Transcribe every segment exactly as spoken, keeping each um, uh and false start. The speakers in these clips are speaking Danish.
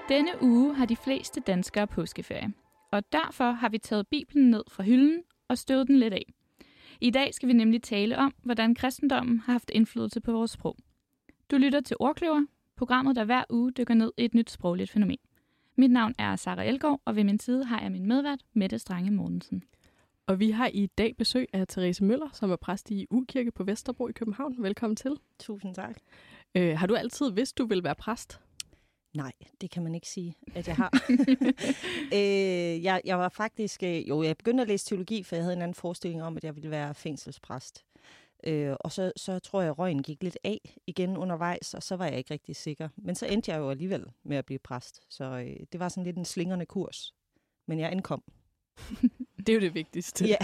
Denne uge har de fleste danskere påskeferie, og derfor har vi taget Bibelen ned fra hylden og støvet den lidt af. I dag skal vi nemlig tale om, hvordan kristendommen har haft indflydelse på vores sprog. Du lytter til Ordkløver, programmet, der hver uge dykker ned i et nyt sprogligt fænomen. Mit navn er Sara Elgaard, og ved min side har jeg min medvært, Mette Strange Mortensen. Og vi har i dag besøg af Therese Møller, som er præst i U-kirke på Vesterbro i København. Velkommen til. Tusind tak. Øh, har du altid vidst, du ville være præst? Nej, det kan man ikke sige, at jeg har. øh, jeg, jeg var faktisk... Øh, jo, jeg begyndte at læse teologi, for jeg havde en anden forestilling om, at jeg ville være fængselspræst. Øh, og så, så tror jeg, at røgen gik lidt af igen undervejs, og så var jeg ikke rigtig sikker. Men så endte jeg jo alligevel med at blive præst. Så øh, det var sådan lidt en slingrende kurs. Men jeg ankom. Det er jo det vigtigste. Ja.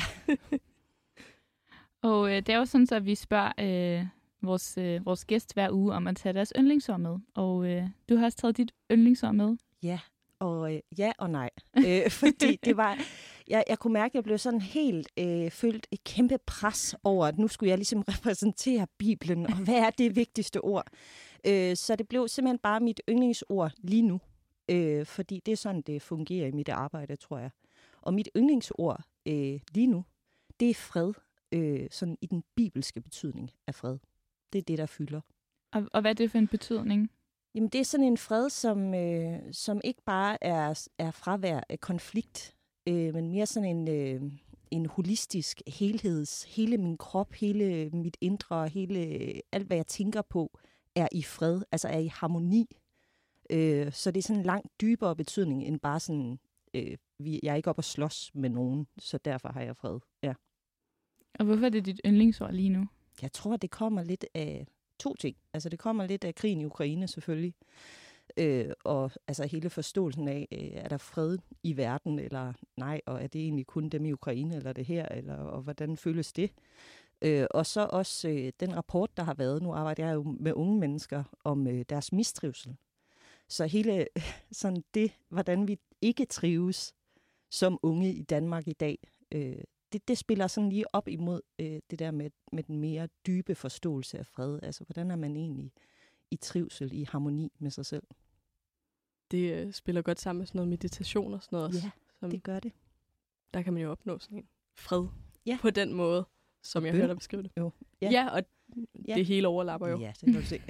Og øh, det er jo sådan, så, at vi spørger øh, vores, øh, vores gæst hver uge om at tage deres yndlingsord med. Og øh, du har også taget dit yndlingsord med. Ja, og øh, ja og nej. øh, fordi det var... Jeg, jeg kunne mærke, at jeg blev sådan helt øh, følt et kæmpe pres over, at nu skulle jeg ligesom repræsentere Bibelen, og hvad er det vigtigste ord? Øh, så det blev simpelthen bare mit yndlingsord lige nu. Øh, fordi det er sådan, det fungerer i mit arbejde, tror jeg. Og mit yndlingsord øh, lige nu, det er fred. Øh, sådan i den bibelske betydning af fred. Det er det, der fylder. Og, og hvad er det for en betydning? Jamen, det er sådan en fred, som, øh, som ikke bare er, er fravær af konflikt, øh, men mere sådan en, øh, en holistisk helheds, hele min krop, hele mit indre, hele alt, hvad jeg tænker på, er i fred, altså er i harmoni. Øh, så det er sådan en langt dybere betydning, end bare sådan, øh, vi, jeg er ikke oppe at slås med nogen, så derfor har jeg fred. Ja. Og hvorfor er det dit yndlingsord lige nu? Jeg tror, det kommer lidt af to ting. Altså, det kommer lidt af krigen i Ukraine, selvfølgelig. Øh, og altså hele forståelsen af, øh, er der fred i verden, eller nej, og er det egentlig kun dem i Ukraine, eller det her, eller og hvordan føles det? Øh, og så også øh, den rapport, der har været. Nu arbejder jeg jo med unge mennesker om øh, deres mistrivsel. Så hele sådan det, hvordan vi ikke trives som unge i Danmark i dag, øh, Det, det spiller sådan lige op imod øh, det der med, med den mere dybe forståelse af fred. Altså, hvordan er man egentlig i trivsel, i harmoni med sig selv? Det øh, spiller godt sammen med sådan noget meditation og sådan noget. Ja, som, det gør det. Der kan man jo opnå sådan en fred Ja. på den måde, som jeg Bøn. hørte dig beskrive det. Jo. Ja, Ja. ja og Ja. det hele overlapper jo. Ja, det kan du se.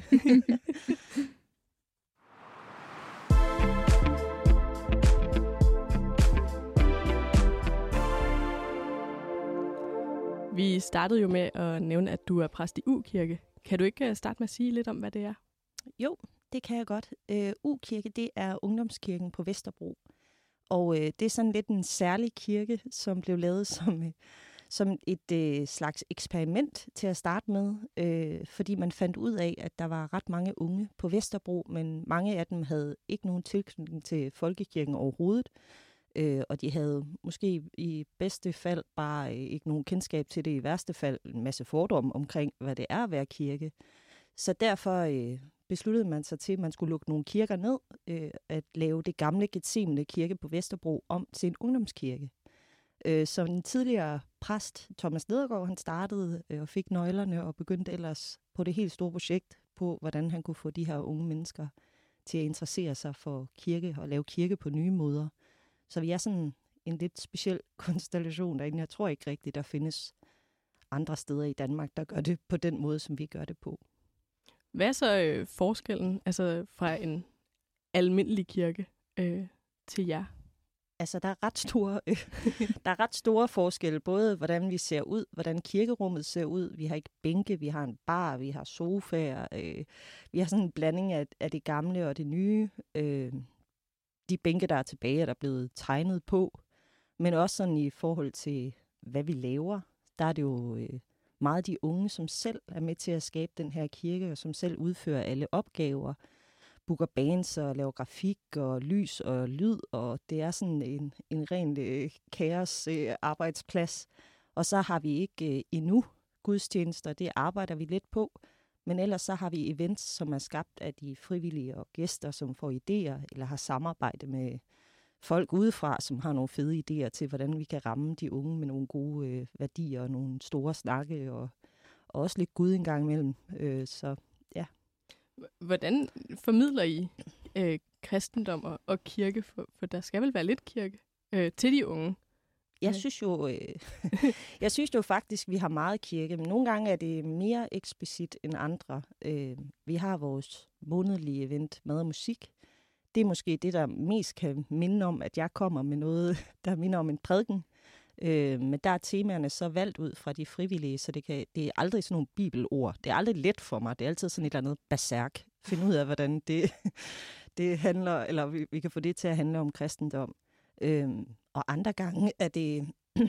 Vi startede jo med at nævne, at du er præst i U-kirke. Kan du ikke starte med at sige lidt om, hvad det er? Jo, det kan jeg godt. Øh, U-kirke, det er ungdomskirken på Vesterbro. Og øh, det er sådan lidt en særlig kirke, som blev lavet som, øh, som et øh, slags eksperiment til at starte med. Øh, fordi man fandt ud af, at der var ret mange unge på Vesterbro, men mange af dem havde ikke nogen tilknytning til folkekirken overhovedet. Øh, og de havde måske i bedste fald bare øh, ikke nogen kendskab til det, i værste fald en masse fordomme omkring, hvad det er at være kirke. Så derfor øh, besluttede man sig til, at man skulle lukke nogle kirker ned, øh, at lave det gamle Getsemane kirke på Vesterbro om til en ungdomskirke. Øh, så en tidligere præst, Thomas Nedergaard, han startede øh, og fik nøglerne og begyndte ellers på det helt store projekt på, hvordan han kunne få de her unge mennesker til at interessere sig for kirke og lave kirke på nye måder. Så vi er sådan en lidt speciel konstellation derinde. Jeg tror ikke rigtigt, der findes andre steder i Danmark, der gør det på den måde, som vi gør det på. Hvad er så øh, forskellen altså fra en almindelig kirke øh, til jer? Altså, der er ret store, øh, der er ret store forskelle, både hvordan vi ser ud, hvordan kirkerummet ser ud. Vi har ikke bænke, vi har en bar, vi har sofaer. Øh, vi har sådan en blanding af, af det gamle og det nye. Øh, de bænke, der er tilbage, er der blevet tegnet på. Men også sådan i forhold til, hvad vi laver. Der er det jo øh, meget de unge, som selv er med til at skabe den her kirke, og som selv udfører alle opgaver. Booker bands og laver grafik og lys og lyd, og det er sådan en, en ren øh, kaos øh, arbejdsplads. Og så har vi ikke øh, endnu gudstjenester, det arbejder vi lidt på. Men ellers så har vi events, som er skabt af de frivillige og gæster, som får idéer, eller har samarbejde med folk udefra, som har nogle fede idéer til, hvordan vi kan ramme de unge med nogle gode øh, værdier og nogle store snakke, og, og også lidt Gud en gang imellem. Øh, så ja. Hvordan formidler I øh, kristendom og, og kirke? For, for der skal vel være lidt kirke øh, til de unge? Jeg synes jo, øh, jeg synes jo faktisk, vi har meget kirke, men nogle gange er det mere eksplicit end andre. Øh, vi har vores månedlige event Mad og Musik. Det er måske det, der mest kan minde om, at jeg kommer med noget, der minder om en prædiken. Øh, men der er temaerne så valgt ud fra de frivillige, så det, kan, det er aldrig sådan nogle bibelord. Det er aldrig let for mig. Det er altid sådan et eller andet berserk. Find ud af, hvordan det, det handler, eller vi, vi kan få det til at handle om kristendom. Øh, og andre gange er det,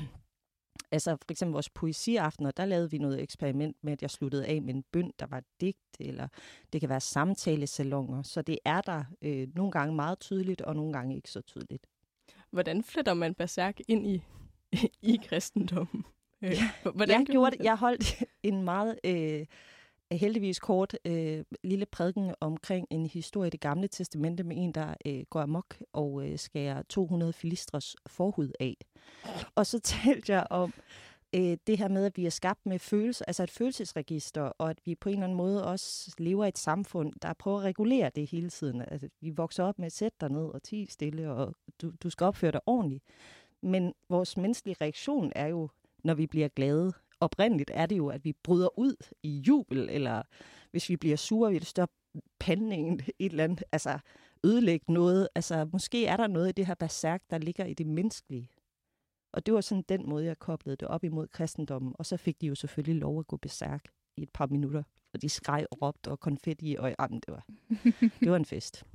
altså for eksempel vores poesiaftener, der lavede vi noget eksperiment med, at jeg sluttede af med en bøn, der var et digt, eller det kan være samtalesalonger. Så det er der øh, nogle gange meget tydeligt, og nogle gange ikke så tydeligt. Hvordan fletter man berserk ind i, i kristendommen? Ja, Hvordan jeg, gjorde det, jeg holdt en meget øh, heldigvis kort øh, lille prædiken omkring en historie i Det Gamle Testamente med en, der øh, går amok og øh, skærer to hundrede filistres forhud af. Og så talte jeg om øh, det her med, at vi er skabt med følelser, altså et følelsesregister, og at vi på en eller anden måde også lever i et samfund, der prøver at regulere det hele tiden. Altså, vi vokser op med at sætte dig ned og tie stille, og du, du skal opføre dig ordentligt. Men vores menneskelige reaktion er jo, når vi bliver glade. Oprindeligt er det jo, at vi bryder ud i jubel, eller hvis vi bliver sure, vi vil stoppe panden et eller andet, altså ødelægge noget. Altså måske er der noget i det her berserk, der ligger i det menneskelige. Og det var sådan den måde, jeg koblede det op imod kristendommen. Og så fik de jo selvfølgelig lov at gå berserk i et par minutter. Og de skreg og råbte og konfetti, og jamen, det var, det var en fest.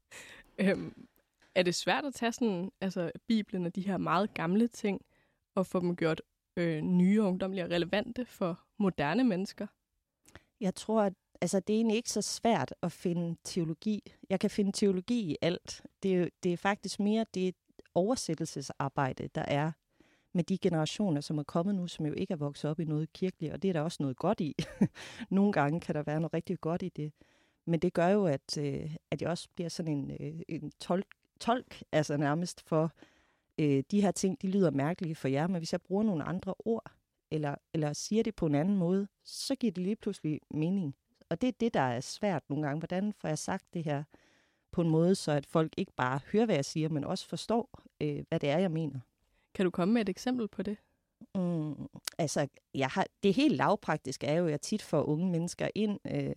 øhm, er det svært at tage sådan, altså Bibelen og de her meget gamle ting, og få dem gjort øh, nye ungdomlige og relevante for moderne mennesker? Jeg tror, at altså, det er egentlig ikke så svært at finde teologi. Jeg kan finde teologi i alt. Det er, det er faktisk mere det oversættelsesarbejde, der er med de generationer, som er kommet nu, som jo ikke er vokset op i noget kirkeligt, og det er der også noget godt i. Nogle gange kan der være noget rigtig godt i det. Men det gør jo, at, øh, at jeg også bliver sådan en, øh, en tolk, tolk, altså nærmest for øh, de her ting, de lyder mærkelige for jer, men hvis jeg bruger nogle andre ord, eller, eller siger det på en anden måde, så giver det lige pludselig mening. Og det er det, der er svært nogle gange. Hvordan får jeg sagt det her på en måde, så at folk ikke bare hører, hvad jeg siger, men også forstår, øh, hvad det er, jeg mener. Kan du komme med et eksempel på det? Mm, altså, jeg har, det helt lavpraktiske er jo, at jeg tit får unge mennesker ind. Øh,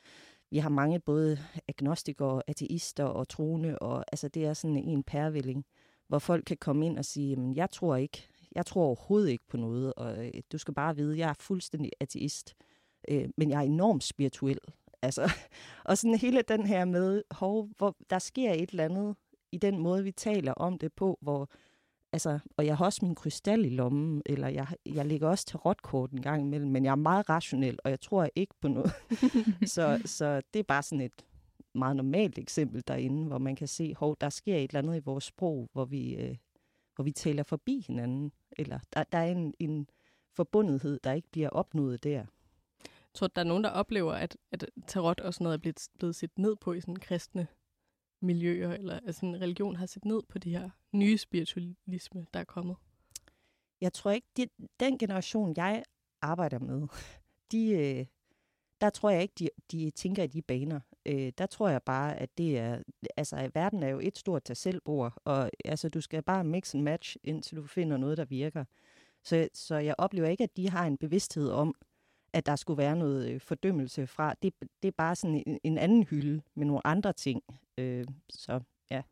vi har mange både agnostikere, ateister og troende, og altså, det er sådan en pærevælling, hvor folk kan komme ind og sige, jeg tror ikke, jeg tror overhovedet ikke på noget, og øh, du skal bare vide, jeg er fuldstændig ateist, øh, men jeg er enormt spirituel. Altså, og sådan hele den her med, hov, hvor der sker et eller andet i den måde, vi taler om det på, hvor, altså, og jeg har også min krystal i lommen, eller jeg, jeg lægger også tarotkort en gang imellem, men jeg er meget rationel, og jeg tror ikke på noget. så, så det er bare sådan et meget normalt eksempel derinde, hvor man kan se, hov, der sker et eller andet i vores sprog, hvor vi, øh, hvor vi taler forbi hinanden, eller der, der er en, en forbundethed, der ikke bliver opnået der. Jeg tror, der er nogen, der oplever, at, at tarot og sådan noget er blevet, blevet set ned på i sådan kristne miljøer, eller at sådan en religion har set ned på de her nye spiritualisme, der er kommet? Jeg tror ikke, de, den generation, jeg arbejder med, de, øh, der tror jeg ikke, de, de tænker i de baner. Øh, der tror jeg bare, at det er, altså verden er jo et stort tag selvbord, og altså, du skal bare mix and match, indtil du finder noget, der virker. Så, så jeg oplever ikke, at de har en bevidsthed om, at der skulle være noget fordømmelse fra. Det, det er bare sådan en, en anden hylde med nogle andre ting. Øh, så ja.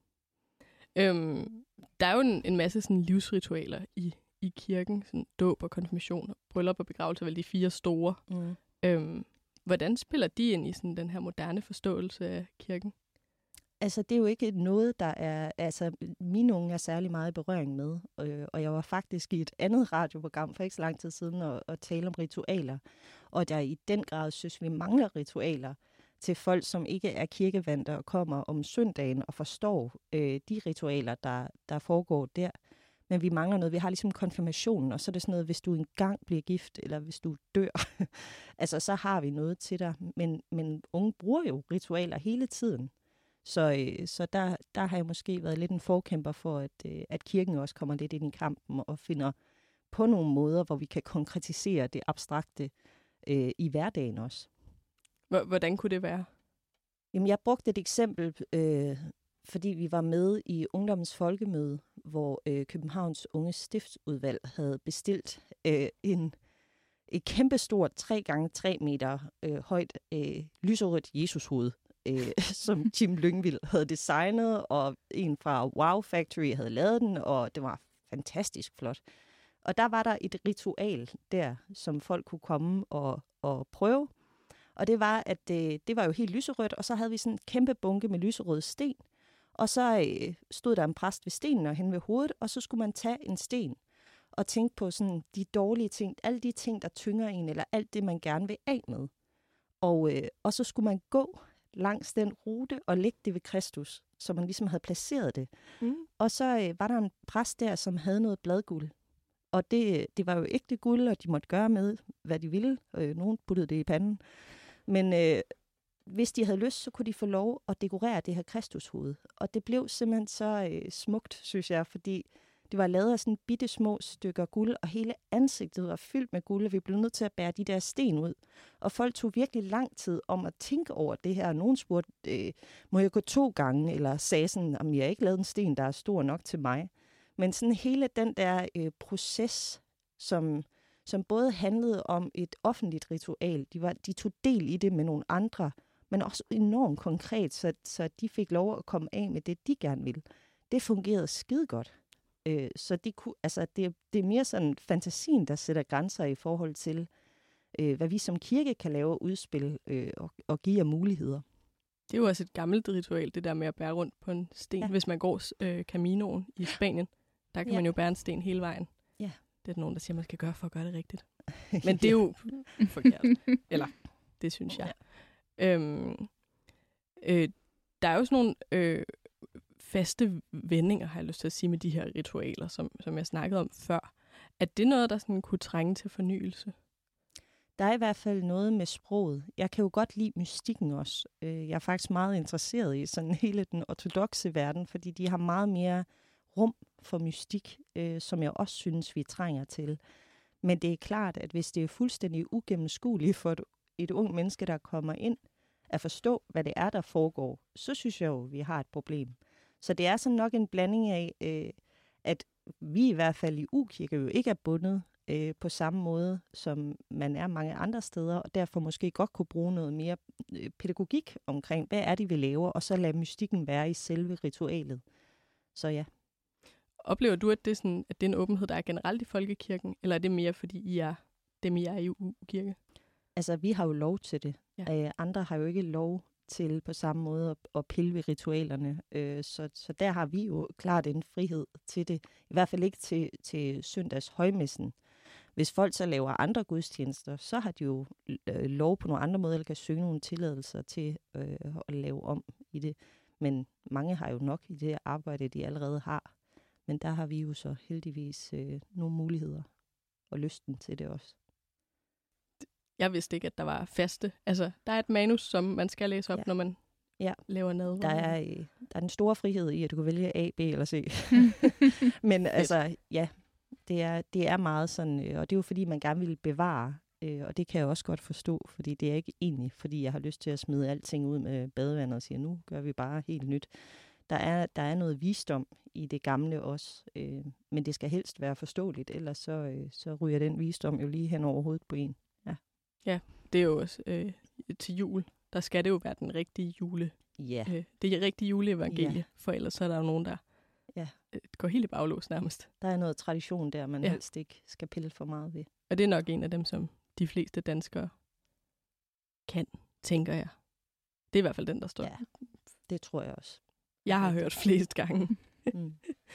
Øhm, der er jo en, en masse sådan livsritualer i, i kirken. Sådan dåb og konfirmation, bryllup og begravelse, vel de fire store. Mm. Øhm, hvordan spiller de ind i sådan den her moderne forståelse af kirken? Altså, det er jo ikke noget, der er... Altså, mine unge er særlig meget i berøring med. Øh, og jeg var faktisk i et andet radioprogram for ikke så lang tid siden og, og tale om ritualer. Og der i den grad synes, vi mangler ritualer til folk, som ikke er kirkevandte og kommer om søndagen og forstår øh, de ritualer, der, der foregår der. Men vi mangler noget. Vi har ligesom konfirmationen, og så er det sådan noget, hvis du engang bliver gift, eller hvis du dør, altså, så har vi noget til dig. Men, men unge bruger jo ritualer hele tiden. Så, øh, så der, der har jeg måske været lidt en forkæmper for, at, øh, at kirken også kommer lidt ind i kampen og finder på nogle måder, hvor vi kan konkretisere det abstrakte øh, i hverdagen også. Hvordan kunne det være? Jamen, jeg brugte et eksempel, øh, fordi vi var med i Ungdommens Folkemøde, hvor øh, Københavns Unge Stiftsudvalg havde bestilt øh, en et kæmpestort tre gange tre meter øh, højt øh, lyserødt Jesushoved, øh, som Jim Lyngvild havde designet, og en fra Wow Factory havde lavet den, og det var fantastisk flot. Og der var der et ritual der, som folk kunne komme og, og prøve. Og det var, at øh, det var jo helt lyserødt, og så havde vi sådan en kæmpe bunke med lyserøde sten. Og så øh, stod der en præst ved stenen og hen ved hovedet, og så skulle man tage en sten og tænke på sådan de dårlige ting, alle de ting, der tynger en, eller alt det, man gerne vil af med. Og, øh, og så skulle man gå langs den rute og lægge det ved Kristus, så man ligesom havde placeret det. Mm. Og så øh, var der en præst der, som havde noget bladguld. Og det, det var jo ægte guld, og de måtte gøre med, hvad de ville. Øh, nogen puttede det i panden. Men øh, hvis de havde lyst, så kunne de få lov at dekorere det her Kristushoved. Og det blev simpelthen så øh, smukt, synes jeg, fordi det var lavet af sådan bitte små stykker guld, og hele ansigtet var fyldt med guld, og vi blev nødt til at bære de der sten ud. Og folk tog virkelig lang tid om at tænke over det her. Nogen spurgte, øh, må jeg gå to gange? Eller sagde sådan, om jeg har ikke lavet en sten, der er stor nok til mig. Men sådan hele den der øh, proces, som, som både handlede om et offentligt ritual, de, var, de tog del i det med nogle andre, men også enormt konkret, så, så de fik lov at komme af med det, de gerne ville. Det fungerede skide godt. Øh, så de kunne, altså det, det er mere sådan fantasien, der sætter grænser i forhold til, øh, hvad vi som kirke kan lave udspil øh, og, og give af muligheder. Det er jo også et gammelt ritual, det der med at bære rundt på en sten. Ja. Hvis man går øh, Caminoen i Spanien, der kan ja. man jo bære en sten hele vejen. Ja. Det er der nogen, der siger, man skal gøre for at gøre det rigtigt. Men det er jo forkert. Eller, det synes jeg. Ja. Øhm, øh, der er jo sådan nogle øh, faste vendinger, har jeg lyst til at sige, med de her ritualer, som, som jeg snakkede om før. Er det noget, der sådan kunne trænge til fornyelse? Der er i hvert fald noget med sproget. Jeg kan jo godt lide mystikken også. Jeg er faktisk meget interesseret i sådan hele den ortodokse verden, fordi de har meget mere rum for mystik, øh, som jeg også synes, vi trænger til. Men det er klart, at hvis det er fuldstændig ugennemskueligt for et, et ung menneske, der kommer ind, at forstå, hvad det er, der foregår, så synes jeg jo, vi har et problem. Så det er sådan nok en blanding af, øh, at vi i hvert fald i U-kirke jo ikke er bundet øh, på samme måde, som man er mange andre steder, og derfor måske godt kunne bruge noget mere øh, pædagogik omkring, hvad er det, vi laver, og så lade mystikken være i selve ritualet. Så ja. Oplever du, at det, er sådan, at det er en åbenhed, der er generelt i folkekirken, eller er det mere, fordi I er dem, I er i U-kirke? Altså, vi har jo lov til det. Ja. Øh, andre har jo ikke lov til på samme måde at, at pille ved ritualerne. Øh, så, så der har vi jo klart en frihed til det. I hvert fald ikke til, til søndags højmessen. Hvis folk så laver andre gudstjenester, så har de jo øh, lov på nogle andre måder, eller kan søge nogle tilladelser til øh, at lave om i det. Men mange har jo nok i det arbejde, de allerede har. Men der har vi jo så heldigvis øh, nogle muligheder og lysten til det også. Jeg vidste ikke, at der var faste. Altså, der er et manus, som man skal læse op, ja. når man ja. laver nadver. Der er, øh, der er den store frihed i, at du kan vælge A, B eller C. Men altså, ja, det er, det er meget sådan, øh, og det er jo fordi, man gerne vil bevare, øh, og det kan jeg også godt forstå, fordi det er ikke egentlig, fordi jeg har lyst til at smide alting ud med badevandet og sige, nu gør vi bare helt nyt. Der er, der er noget visdom i det gamle også, øh, men det skal helst være forståeligt, ellers så, øh, så ryger den visdom jo lige hen over hovedet på en. Ja, ja det er jo også øh, til jul. Der skal det jo være den rigtige jule. Ja. Øh, det er rigtige juleevangelie, ja. For ellers så er der jo nogen, der ja. øh, går helt i baglås nærmest. Der er noget tradition der, man ja. helst ikke skal pille for meget ved. Og det er nok en af dem, som de fleste danskere kan, tænker jeg. Det er i hvert fald den, der står. Ja, det tror jeg også. Jeg har hørt flest gange. mm.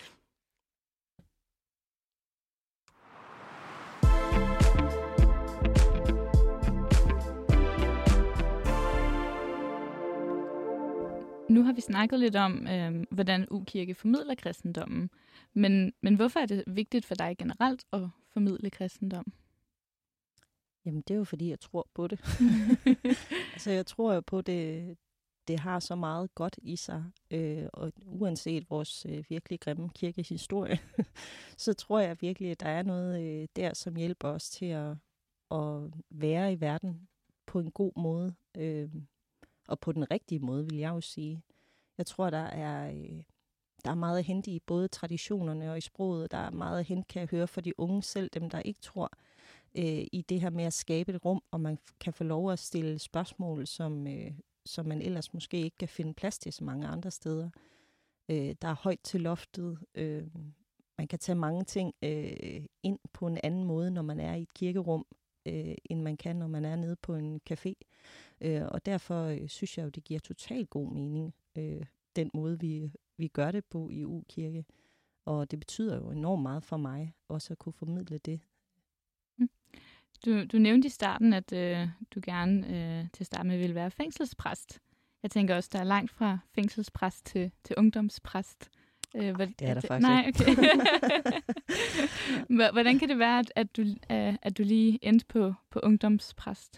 Nu har vi snakket lidt om, øh, hvordan U-kirke formidler kristendommen. Men, men hvorfor er det vigtigt for dig generelt at formidle kristendom? Jamen, det er jo fordi, jeg tror på det. altså, jeg tror jo på det. Det har så meget godt i sig, øh, og uanset vores øh, virkelig grimme kirkehistorie, så tror jeg virkelig, at der er noget øh, der, som hjælper os til at, at være i verden på en god måde, øh, og på den rigtige måde, vil jeg jo sige. Jeg tror, der er, øh, der er meget at hente i både traditionerne og i sproget. Der er meget at hente, kan jeg høre, for de unge selv, dem der ikke tror, øh, i det her med at skabe et rum, og man kan få lov at stille spørgsmål, som, øh, som man ellers måske ikke kan finde plads til så mange andre steder. Øh, der er højt til loftet. Øh, man kan tage mange ting øh, ind på en anden måde, når man er i et kirkerum, øh, end man kan, når man er nede på en café. Øh, og derfor øh, synes jeg jo, det giver totalt god mening, øh, den måde, vi, vi gør det på i U-kirke. Og det betyder jo enormt meget for mig, også at kunne formidle det. Du, du nævnte i starten, at øh, du gerne øh, til at starte med ville være fængselspræst. Jeg tænker også, der er langt fra fængselspræst til, til ungdomspræst. Øh, hvad, det er der at, faktisk nej, okay. Hvordan kan det være, at, at, du, øh, at du lige endte på, på ungdomspræst?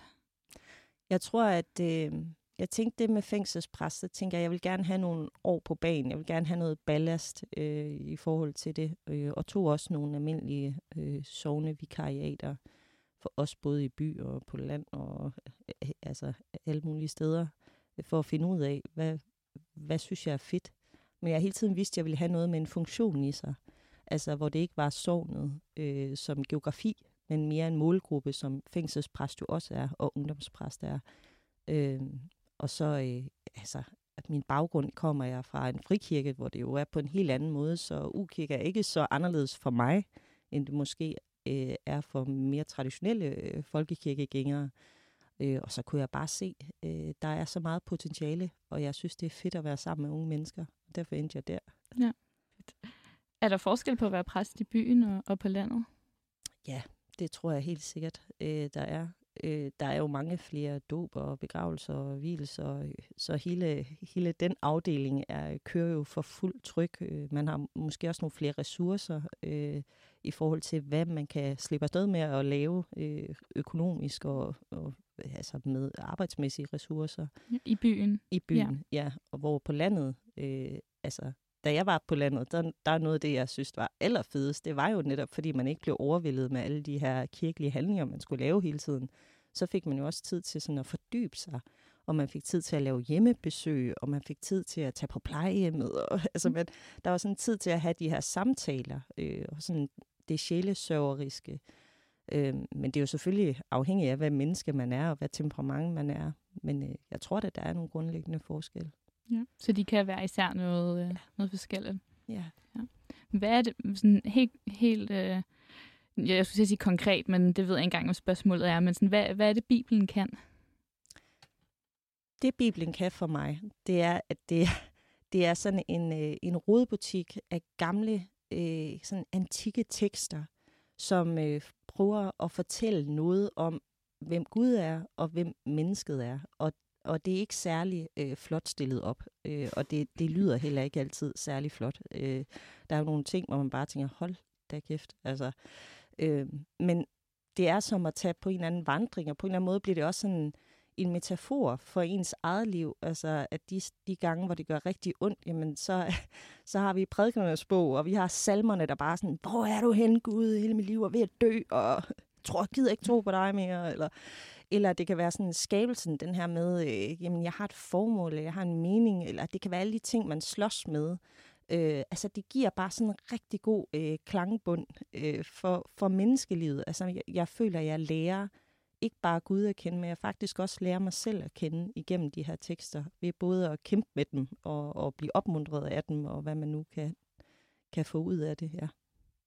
Jeg tror, at øh, jeg tænkte det med fængselspræst, så tænker jeg, at jeg vil gerne have nogle år på banen. Jeg vil gerne have noget ballast øh, i forhold til det, øh, og tog også nogle almindelige øh, sognevikariater for os både i by og på land og øh, altså alle mulige steder, for at finde ud af, hvad, hvad synes jeg er fedt. Men jeg har hele tiden vidst, at jeg ville have noget med en funktion i sig. Altså, hvor det ikke var sognet øh, som geografi, men mere en målgruppe, som fængselspræst jo også er, og ungdomspræst er. Øh, og så, øh, altså, at min baggrund kommer jeg fra en frikirke, hvor det jo er på en helt anden måde, så U-kirke er ikke så anderledes for mig, end det måske øh, er for mere traditionelle øh, folkekirkegængere. Øh, og så kunne jeg bare se, øh, der er så meget potentiale, og jeg synes, det er fedt at være sammen med unge mennesker. Derfor endte jeg der. Ja, fedt. Er der forskel på at være præst i byen og, og på landet? Ja, det tror jeg helt sikkert, øh, der er. Øh, der er jo mange flere dåb og begravelser og hvilelser, så hele, hele den afdeling er, kører jo for fuld tryk. Øh, man har måske også nogle flere ressourcer øh, i forhold til, hvad man kan slippe afsted med at lave øh, økonomisk og, og altså med arbejdsmæssige ressourcer. I byen? I byen, ja. ja. Og hvor på landet, øh, altså da jeg var på landet, der, der er noget af det, jeg synes var allerfedest. Det var jo netop, fordi man ikke blev overvældet med alle de her kirkelige handlinger, man skulle lave hele tiden. Så fik man jo også tid til sådan at fordybe sig, og man fik tid til at lave hjemmebesøg, og man fik tid til at tage på plejehjemmet. Og, altså, man, der var sådan tid til at have de her samtaler, øh, og sådan det sjælesørgeriske. Øh, men det er jo selvfølgelig afhængigt af, hvad menneske man er, og hvad temperament man er. Men øh, jeg tror, at der er nogle grundlæggende forskelle. Ja. Så de kan være især noget, øh, noget forskelligt. Ja. ja. Hvad er det sådan helt, helt øh, jeg skulle sige konkret, men det ved jeg ikke engang, hvad spørgsmålet er, men sådan, hvad, hvad er det, Bibelen kan? Det, Bibelen kan for mig, det er, at det, det er sådan en, en rodebutik af gamle, øh, sådan antikke tekster, som øh, prøver at fortælle noget om, hvem Gud er, og hvem mennesket er. Og Og det er ikke særlig øh, flot stillet op, øh, og det, det lyder heller ikke altid særlig flot. Øh, der er jo nogle ting, hvor man bare tænker, hold da kæft. Altså, øh, men det er som at tage på en eller anden vandring, og på en eller anden måde bliver det også sådan en metafor for ens eget liv. Altså, at de, de gange, hvor det gør rigtig ondt, jamen, så, så har vi prædikenernes bog, og vi har salmerne, der bare sådan, hvor er du hen, Gud, hele mit liv er ved at dø, og tror, jeg gider ikke tro på dig mere, eller... Eller det kan være sådan skabelsen, den her med, øh, jamen jeg har et formål, eller jeg har en mening, eller det kan være alle de ting, man slås med. Øh, altså det giver bare sådan en rigtig god øh, klangbund øh, for, for menneskelivet. Altså jeg, jeg føler, at jeg lærer ikke bare Gud at kende, men jeg faktisk også lærer mig selv at kende igennem de her tekster, ved både at kæmpe med dem, og, og blive opmuntret af dem, og hvad man nu kan, kan få ud af det her.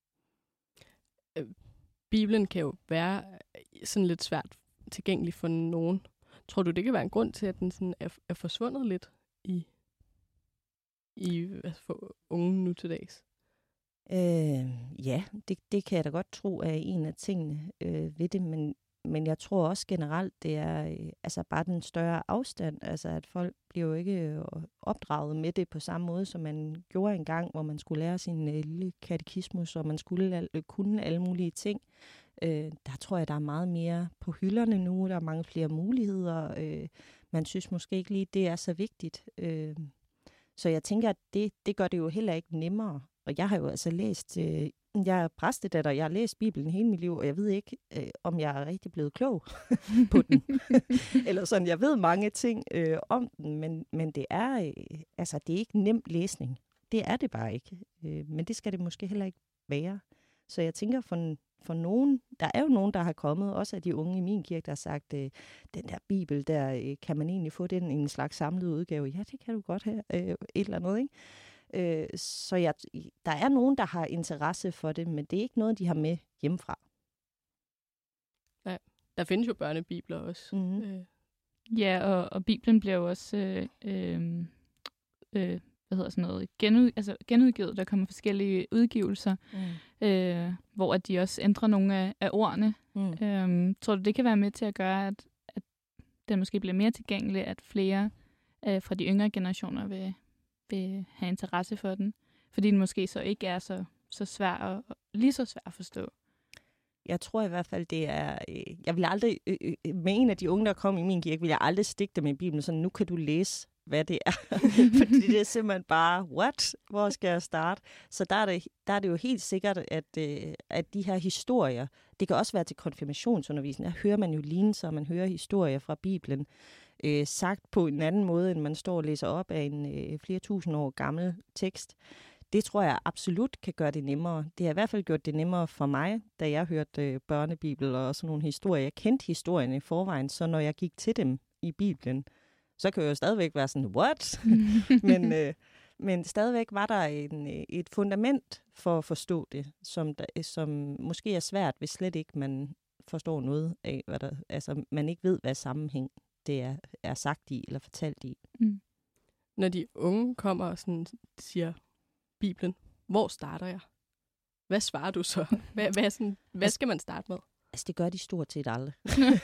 Bibelen kan jo være sådan lidt svært tilgængelig for nogen. Tror du, det kan være en grund til, at den sådan er, er forsvundet lidt i, i altså for unge nu til dags? Øh, ja, det, det kan jeg da godt tro er en af tingene øh, ved det, men, men jeg tror også generelt, det er øh, altså bare den større afstand, altså at folk bliver jo ikke øh, opdraget med det på samme måde, som man gjorde engang, hvor man skulle lære sin øh, lille katekismus, og man skulle øh, kunne alle mulige ting. Øh, der tror jeg, der er meget mere på hylderne nu. Der er mange flere muligheder. Øh, man synes måske ikke lige, det er så vigtigt. Øh, så jeg tænker, at det, det gør det jo heller ikke nemmere. Og jeg har jo altså læst øh, Jeg er præstedatter, jeg har læst Bibelen hele mit liv, og jeg ved ikke, øh, om jeg er rigtig blevet klog på den. Eller sådan, jeg ved mange ting øh, om den, men, men det er øh, altså det er ikke nem læsning. Det er det bare ikke. Øh, men det skal det måske heller ikke være. Så jeg tænker for, for nogen, der er jo nogen, der har kommet, også af de unge i min kirke, der har sagt, øh, den der Bibel, der øh, kan man egentlig få den i en slags samlet udgave. Ja, det kan du godt have. Øh, et eller andet, ikke? Øh, så jeg, der er nogen, der har interesse for det, men det er ikke noget, de har med hjemmefra. Nej, der findes jo børnebibler også. Mm-hmm. Øh. Ja, og, og Bibelen bliver jo også øh, øh, øh, hvad hedder sådan noget, genud, altså genudgivet. Der kommer forskellige udgivelser, mm. øh, hvor at de også ændrer nogle af, af ordene. Mm. Øh, tror du, det kan være med til at gøre, at, at den måske bliver mere tilgængelig, at flere øh, fra de yngre generationer vil vil have interesse for den, fordi den måske så ikke er så, så svær og lige så svær at forstå. Jeg tror i hvert fald, det er... Øh, jeg vil aldrig... Øh, øh, med en af de unge, der kom i min kirke, vil jeg aldrig stikke dem i Bibelen, så nu kan du læse, hvad det er. Fordi det er simpelthen bare, what? Hvor skal jeg starte? Så der er det, der er det jo helt sikkert, at, øh, at de her historier, det kan også være til konfirmationsundervisning, der hører man jo lignelser, og man hører historier fra Bibelen, Øh, sagt på en anden måde, end man står og læser op af en øh, flere tusind år gammel tekst. Det tror jeg absolut kan gøre det nemmere. Det har i hvert fald gjort det nemmere for mig, da jeg hørte øh, børnebibel og sådan nogle historier. Jeg kendte historierne i forvejen, så når jeg gik til dem i Bibelen, så kan jeg jo stadigvæk være sådan, what? men, øh, men stadigvæk var der en, et fundament for at forstå det, som, der, som måske er svært, hvis slet ikke man forstår noget af, hvad der, altså man ikke ved, hvad sammenhæng det er, er sagt i eller fortalt i. Mm. Når de unge kommer og sådan siger, Bibelen, hvor starter jeg? Hvad svarer du så? Hvad, hvad, sådan, hvad skal man starte med? Altså, det gør de stort set aldrig.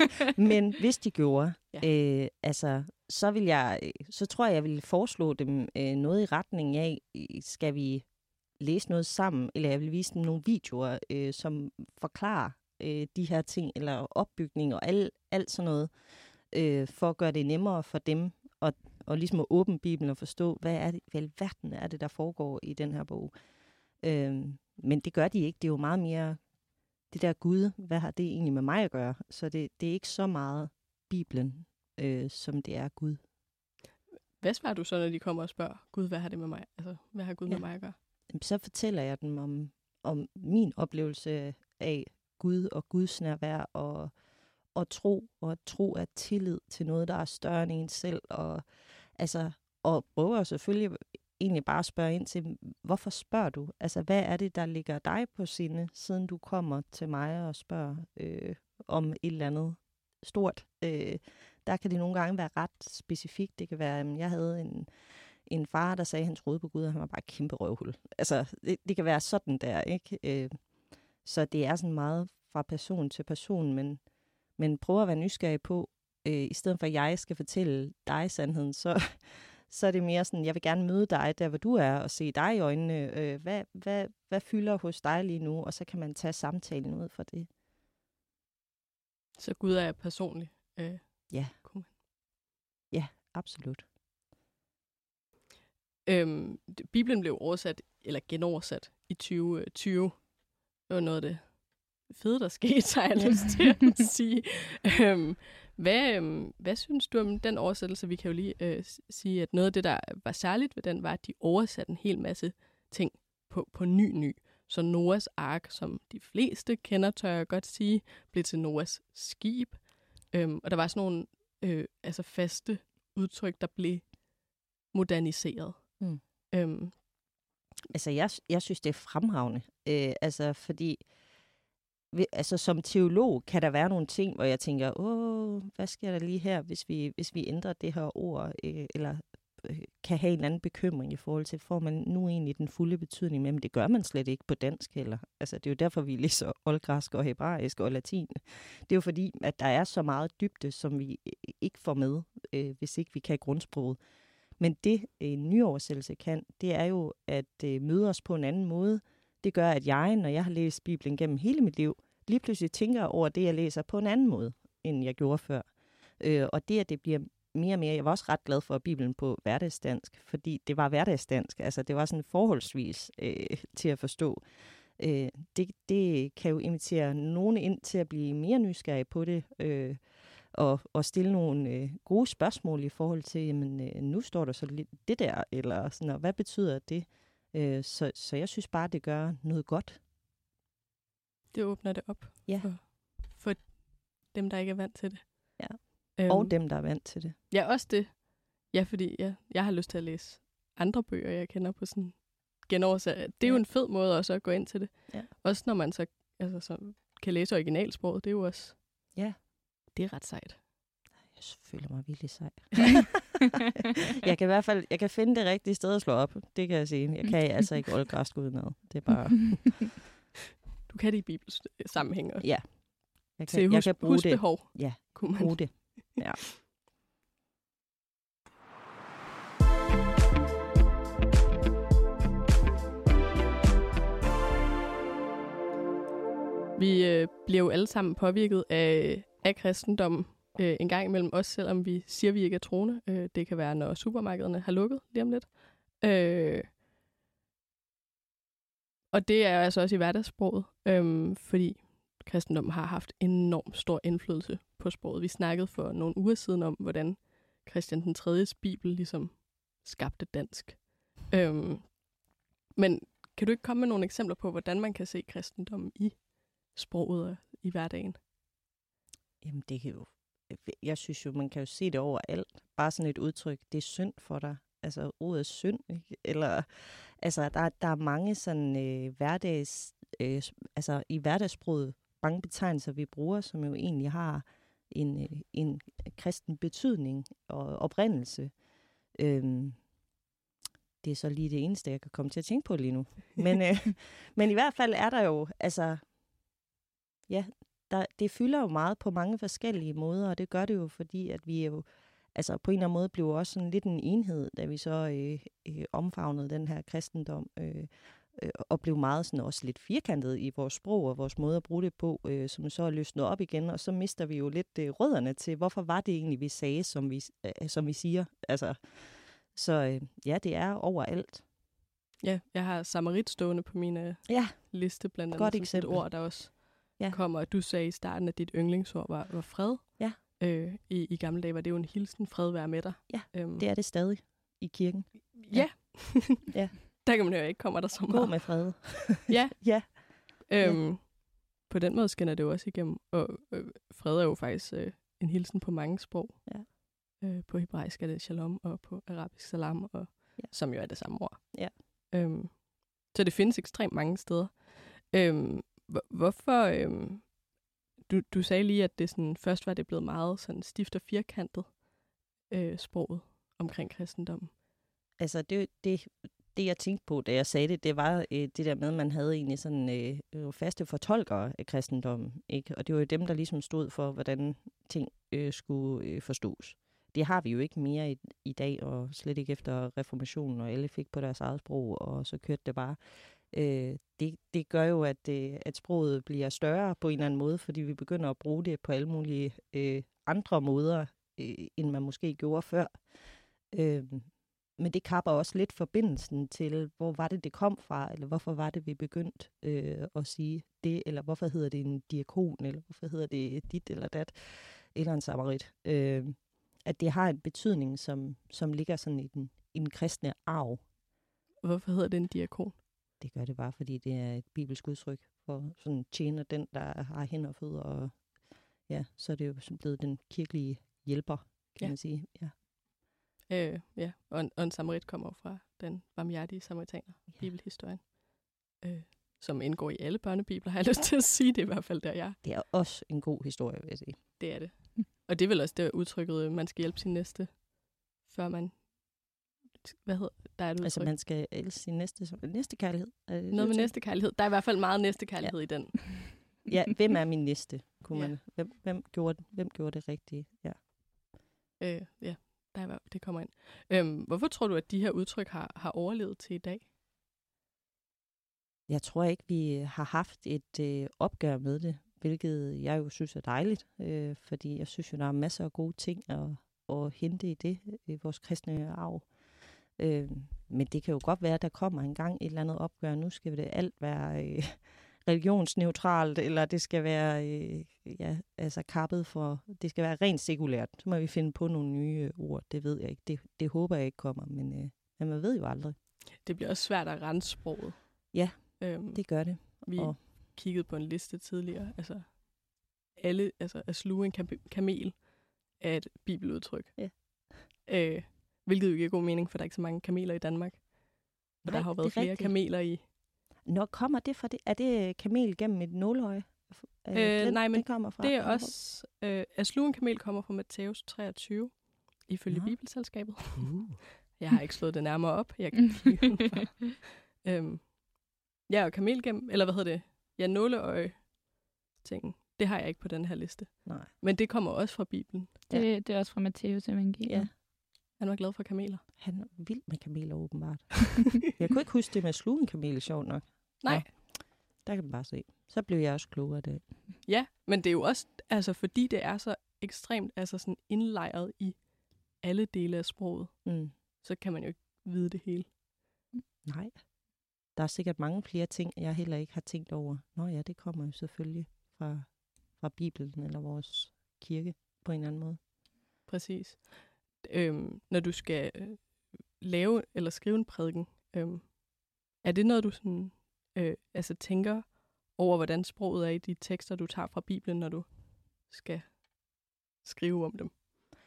Men hvis de gjorde, ja. øh, altså, så, vil jeg, så tror jeg, jeg vil foreslå dem øh, noget i retning af, skal vi læse noget sammen, eller jeg vil vise dem nogle videoer, øh, som forklarer øh, de her ting, eller opbygning og alt, alt sådan noget, øh, for at gøre det nemmere for dem, og, og ligesom at åbne Bibelen og forstå, hvad er det, hvad i verden er det, der foregår i den her bog. Øh, men det gør de ikke. Det er jo meget mere det der Gud, hvad har det egentlig med mig at gøre? Så det, det er ikke så meget Bibelen, øh, som det er Gud. Hvad svarer du så, når de kommer og spørger, Gud, hvad har det med mig? Altså, hvad har Gud ja. med mig at gøre? Så fortæller jeg dem om, om min oplevelse af Gud og Guds nærvær, og, og tro, og at tro er tillid til noget, der er større end en selv. Og, altså, og prøver selvfølgelig egentlig bare at spørge ind til, hvorfor spørger du? Altså, hvad er det, der ligger dig på sinde, siden du kommer til mig og spørger øh, om et eller andet stort? Øh, der kan det nogle gange være ret specifikt. Det kan være, at jeg havde en, en far, der sagde, at han troede på Gud, og han var bare et kæmpe røvhul. Altså, det, det kan være sådan der, ikke? Øh, så det er sådan meget fra person til person, men, men prøv at være nysgerrig på, øh, i stedet for at jeg skal fortælle dig sandheden, så... så er det mere sådan, jeg vil gerne møde dig der, hvor du er, og se dig i øjnene. Øh, hvad, hvad, hvad fylder hos dig lige nu? Og så kan man tage samtalen ud fra det. Så Gud er personlig? Øh, ja. Cool. Ja, absolut. Øhm, Bibelen blev oversat, eller genoversat, i tyve tyve. Det var noget af det fede, der skete, har jeg lyst til at sige. øhm, Hvad, øhm, hvad synes du om den oversættelse? Vi kan jo lige øh, sige, at noget af det, der var særligt ved den, var, at de oversatte en hel masse ting på, på ny-ny. Så Noas ark, som de fleste kender, tør jeg godt sige, blev til Noas skib. Øhm, og der var sådan nogle øh, altså faste udtryk, der blev moderniseret. Mm. Øhm. Altså, jeg, jeg synes, det er fremragende. Øh, altså, fordi... Altså som teolog kan der være nogle ting, hvor jeg tænker, åh, hvad sker der lige her, hvis vi, hvis vi ændrer det her ord, øh, eller øh, kan have en anden bekymring i forhold til, får man nu egentlig den fulde betydning med, men det gør man slet ikke på dansk heller. Altså det er jo derfor, vi læser oldgræsk og hebraisk og latin. Det er jo fordi, at der er så meget dybde, som vi ikke får med, øh, hvis ikke vi kan grundsproget. Men det en nyoversættelse kan, det er jo at øh, møde os på en anden måde. Det gør, at jeg, når jeg har læst Bibelen gennem hele mit liv, lige pludselig tænker over det, jeg læser på en anden måde, end jeg gjorde før. Øh, og det, at det bliver mere og mere... Jeg var også ret glad for Bibelen på hverdagsdansk, fordi det var hverdagsdansk. Altså, det var sådan forholdsvis øh, til at forstå. øh, det, det kan jo invitere nogen ind til at blive mere nysgerrige på det, øh, og, og stille nogle øh, gode spørgsmål i forhold til, jamen, øh, nu står der så lidt det der, eller sådan, og hvad betyder det? Øh, så, så jeg synes bare, det gør noget godt. Det åbner det op Ja. for, for dem, der ikke er vant til det. Ja. Øhm, Og dem, der er vant til det. Ja, også det. Ja, fordi ja, jeg har lyst til at læse andre bøger, jeg kender på sådan genoversat. Det er jo Ja. en fed måde også at gå ind til det. Ja. Også når man så, altså, så kan læse originalsproget, det er jo også... Ja. Det er ret sejt. Jeg føler mig virkelig sej. jeg kan i hvert fald jeg kan finde det rigtige sted at slå op. Det kan jeg sige. Jeg kan altså ikke oldgræsk udenad. Det er bare... Du kan det i bibels sammenhæng også. Ja. Jeg Til kan, hus, jeg kan bruge husbehov. det. Ja, kunne man. bruge det. Ja. Vi øh, bliver jo alle sammen påvirket af, af kristendommen øh, en gang imellem os, selvom vi siger, vi ikke er troende. Øh, det kan være, når supermarkederne har lukket lige om lidt. Øh, og det er altså også i hverdagssproget, øh, fordi kristendommen har haft enormt stor indflydelse på sproget. Vi snakkede for nogle uger siden om, hvordan Christian den tredjes bibel ligesom skabte dansk. Øh, men kan du ikke komme med nogle eksempler på, hvordan man kan se kristendommen i sproget og i hverdagen? Jamen, det kan jo... Jeg synes jo, man kan jo se det overalt. Bare sådan et udtryk, det er synd for dig. Altså, ordet synd, ikke? Eller, altså, der, der er mange sådan øh, hverdags... Øh, altså, i hverdagssproget, mange betegnelser, vi bruger, som jo egentlig har en, øh, en kristen betydning og oprindelse. Øhm, det er så lige det eneste, jeg kan komme til at tænke på lige nu. Men, øh, men i hvert fald er der jo, altså... Ja, der, det fylder jo meget på mange forskellige måder, og det gør det jo, fordi at vi jo, altså på en eller anden måde blev også sådan lidt en enhed, da vi så øh, øh, omfavnede den her kristendom, øh, øh, og blev meget sådan også lidt firkantet i vores sprog og vores måde at bruge det på, øh, som så er løsnet op igen, og så mister vi jo lidt øh, rødderne til, hvorfor var det egentlig, vi sagde, som vi, øh, som vi siger. Altså, så øh, ja, det er overalt. Ja, jeg har samarit stående på min øh, ja. liste, blandt andet Godt som eksempel. et ord, der også ja. kommer. Du sagde i starten, at dit yndlingsord var, var fred. Ja. Øh, i, I gamle dage var det jo en hilsen, fred være med dig. Ja, øhm. det er det stadig i kirken. Ja. ja. Der kan man jo ikke, kommer der så meget. Gå med fred. ja. ja. Øhm, ja. På den måde skinner det jo også igennem. Og øh, fred er jo faktisk øh, en hilsen på mange sprog. Ja. Øh, på hebraisk er det shalom, og på arabisk salam, og, ja. som jo er det samme ord. Ja. Øhm, så det findes ekstremt mange steder. Øhm, hvor, hvorfor... Øhm, du, du sagde lige, at det sådan, først var det blevet meget sådan stift og firkantet øh, sproget omkring kristendommen. Altså, det, det, det jeg tænkte på, da jeg sagde det, det var øh, det der med, at man havde egentlig sådan øh, faste fortolkere af kristendommen, ikke? Og det var jo dem, der ligesom stod for, hvordan ting øh, skulle øh, forstås. Det har vi jo ikke mere i, i dag, og slet ikke efter reformationen, og alle fik på deres eget sprog, og så kørte det bare. Øh, det, det gør jo, at, øh, at sproget bliver større på en eller anden måde, fordi vi begynder at bruge det på alle mulige øh, andre måder, øh, end man måske gjorde før. Øh, men det kapper også lidt forbindelsen til, hvor var det, det kom fra, eller hvorfor var det, vi begyndte øh, at sige det, eller hvorfor hedder det en diakon, eller hvorfor hedder det dit eller dat, eller en samarit. Øh, at det har en betydning, som, som ligger sådan i den, i den kristne arv. Hvorfor hedder det en diakon? Det gør det bare, fordi det er et bibelsk udtryk for sådan tjener den, der har hænder og fødder, og ja, så er det jo blevet den kirkelige hjælper, kan ja. man sige. Ja. Øh, ja, og en, og en samarit kommer fra den barmhjertige samaritaner, ja. Bibelhistorien, øh, som indgår i alle børnebibler, har jeg lyst til at sige. Det i hvert fald der, jeg Det er også en god historie, vil jeg sige. Det er det. Og det er vel også det udtrykket, man skal hjælpe sin næste, før man... Hvad hedder der er et udtryk? Altså, man skal elske sin næste, næste kærlighed. Noget med næste kærlighed. Der er i hvert fald meget næste kærlighed ja. i den. Ja, hvem er min næste? Kunne ja. man, hvem, hvem, gjorde, hvem gjorde det rigtige? Ja, øh, ja der er, det kommer ind. Øhm, hvorfor tror du, at de her udtryk har, har overlevet til i dag? Jeg tror ikke, vi har haft et øh, opgør med det, hvilket jeg jo synes er dejligt, øh, fordi jeg synes jo, der er masser af gode ting at, at hente i det, i vores kristne arv. Øh, men det kan jo godt være, at der kommer engang et eller andet opgør. Nu skal det alt være øh, religionsneutralt, eller det skal være øh, ja, altså kappet for, det skal være rent sekulært. Så må vi finde på nogle nye øh, ord. Det ved jeg ikke. Det, det håber jeg ikke kommer, men, øh, men man ved jo aldrig. Det bliver også svært at rense sproget. Ja, øhm, det gør det. Vi og... kiggede på en liste tidligere. Altså, alle, altså at sluge en kam- kamel er et bibeludtryk. Ja. Øh, hvilket jo ikke er god mening, for der er ikke så mange kameler i Danmark. Og Nej, der har jo været flere rigtigt. kameler i. Når kommer det fra det? Er det kamel gennem et nåløje? Øh, den, nej, men det, kommer fra, det er også... Øh, at sluge en kamel kommer fra Matthæus treogtyve, ifølge ja. Bibelselskabet. Uh. Jeg har ikke slået det nærmere op. Jeg kan ikke øhm, ja, og kamel gennem... Eller hvad hedder det? Ja, nåleøje ting. Det har jeg ikke på den her liste. Nej. Men det kommer også fra Bibelen. Det, ja. det er også fra Matthæus evangeliet. Ja. Han var glad for kameler. Han er vild med kameler, åbenbart. Jeg kunne ikke huske det med at sluge en kamel, sjovt nok. Nej. Ja, der kan man bare se. Så blev jeg også klogere af det. Ja, men det er jo også, altså fordi det er så ekstremt altså sådan indlejret i alle dele af sproget, mm. så kan man jo ikke vide det hele. Nej. Der er sikkert mange flere ting, jeg heller ikke har tænkt over. Nå ja, det kommer jo selvfølgelig fra, fra Bibelen eller vores kirke på en eller anden måde. Præcis. Øhm, når du skal øh, lave eller skrive en prædiken, øhm, er det noget, du sådan, øh, altså tænker over, hvordan sproget er i de tekster, du tager fra Bibelen, når du skal skrive om dem?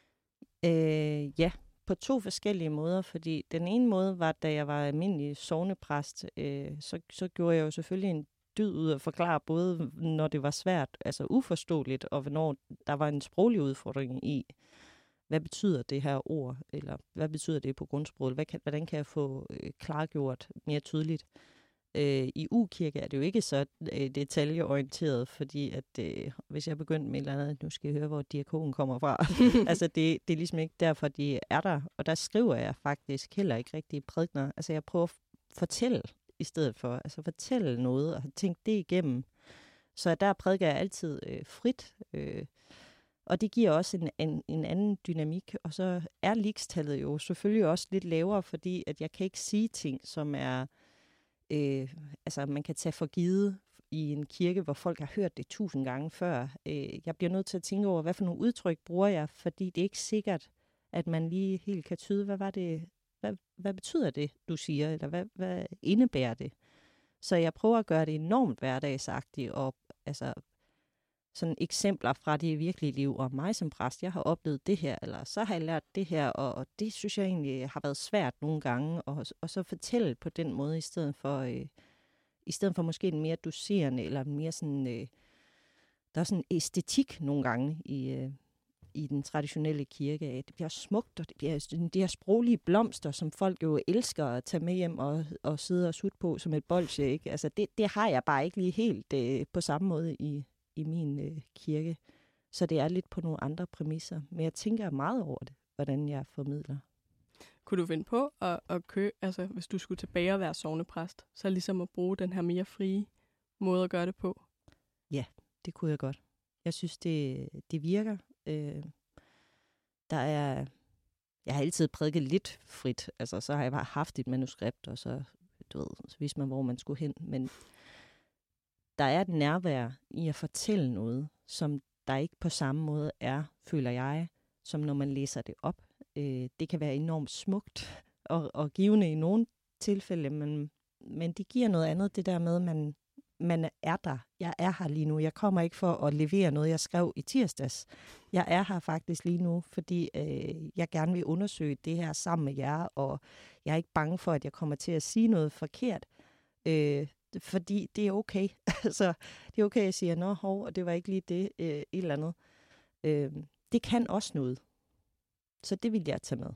Øh, ja, på to forskellige måder, fordi den ene måde var, da jeg var almindelig sognepræst, øh, så, så gjorde jeg jo selvfølgelig en dyd ud at forklare, både når det var svært, altså uforståeligt, og hvornår der var en sproglig udfordring i, hvad betyder det her ord, eller hvad betyder det på grundsproget, hvad kan, hvordan kan jeg få øh, klargjort mere tydeligt. Øh, I U-kirke er det jo ikke så øh, detaljeorienteret, fordi at øh, hvis jeg begyndte med et eller andet, nu skal jeg høre, hvor diakonen kommer fra. altså det, det er ligesom ikke derfor, de er der. Og der skriver jeg faktisk heller ikke rigtige prædikener. Altså jeg prøver at fortælle i stedet for, altså fortælle noget og have tænkt det igennem. Så der prædiker jeg altid øh, frit, øh, og det giver også en, en, en anden dynamik. Og så er ligestallet jo selvfølgelig også lidt lavere, fordi at jeg kan ikke sige ting, som er Øh, altså man kan tage for givet i en kirke, hvor folk har hørt det tusind gange før. Øh, jeg bliver nødt til at tænke over, hvad for nogle udtryk bruger jeg, fordi det er ikke sikkert, at man lige helt kan tyde, hvad var det, hvad, hvad betyder det, du siger, eller hvad, hvad indebærer det? Så jeg prøver at gøre det enormt hverdagsagtigt, og altså sådan eksempler fra det virkelige liv, og mig som præst, jeg har oplevet det her, eller så har jeg lært det her, og, og det synes jeg egentlig har været svært nogle gange, og, og så fortælle på den måde, i stedet for, øh, i stedet for måske en mere doserende, eller en mere sådan, øh, der er sådan æstetik nogle gange i, øh, i den traditionelle kirke. Det bliver smukt, og det bliver de her sproglige blomster, som folk jo elsker at tage med hjem og, og sidde og sutte på som et bolsje, ikke? Altså det, det har jeg bare ikke lige helt øh, på samme måde i i min øh, kirke. Så det er lidt på nogle andre præmisser. Men jeg tænker meget over det, hvordan jeg formidler. Kunne du finde på at, at købe, altså hvis du skulle tilbage og være sognepræst, så ligesom at bruge den her mere frie måde at gøre det på? Ja, det kunne jeg godt. Jeg synes, det, det virker. Øh, der er, jeg har altid prædiket lidt frit. Altså, så har jeg bare haft et manuskript, og så, du ved, så vidste man, hvor man skulle hen. Men der er et nærvær i at fortælle noget, som der ikke på samme måde er, føler jeg, som når man læser det op. Øh, det kan være enormt smukt og, og givende i nogle tilfælde, men, men det giver noget andet, det der med, at man, man er der. Jeg er her lige nu. Jeg kommer ikke for at levere noget, jeg skrev i tirsdags. Jeg er her faktisk lige nu, fordi øh, jeg gerne vil undersøge det her sammen med jer, og jeg er ikke bange for, at jeg kommer til at sige noget forkert. Øh, Fordi det er okay. altså, det er okay, at jeg siger, nå, hov, og det var ikke lige det, øh, et eller andet. Øh, det kan også noget. Så det vil jeg tage med.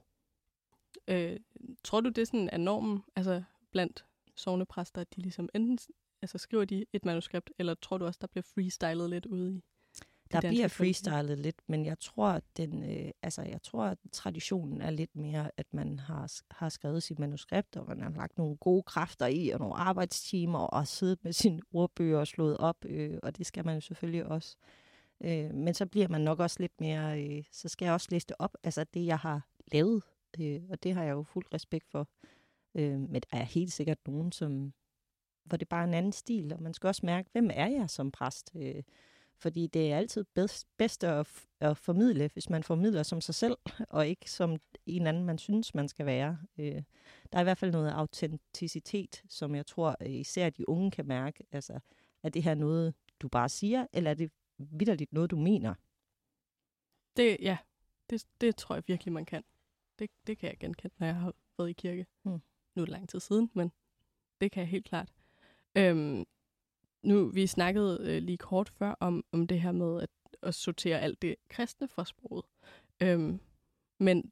Øh, tror du, det sådan er normen, altså blandt sognepræster, at de ligesom enten altså, skriver de et manuskript, eller tror du også, der bliver freestylet lidt ude i? Der bliver freestylet lidt, men jeg tror, at den, øh, altså, jeg tror, at traditionen er lidt mere, at man har, har skrevet sit manuskript, og man har lagt nogle gode kræfter i, og nogle arbejdstimer, og siddet med sine ordbøger og slået op, øh, og det skal man jo selvfølgelig også. Øh, men så bliver man nok også lidt mere, øh, så skal jeg også læse det op, altså det, jeg har lavet, øh, og det har jeg jo fuld respekt for. Øh, men der er helt sikkert nogen, som, hvor det bare er en anden stil, og man skal også mærke, hvem er jeg som præst? Øh, fordi det er altid bedst, bedst at, f- at formidle, hvis man formidler som sig selv, og ikke som en anden, man synes, man skal være. Øh, der er i hvert fald noget autenticitet, som jeg tror især de unge kan mærke. Altså, er det her noget, du bare siger, eller er det vitterligt noget, du mener? Det, ja, det, det tror jeg virkelig, man kan. Det, det kan jeg genkende, når jeg har været i kirke. Mm. Nu er det lang tid siden, men det kan jeg helt klart. Øhm, nu, vi snakkede øh, lige kort før om, om det her med at, at sortere alt det kristne fra sproget. Øhm, men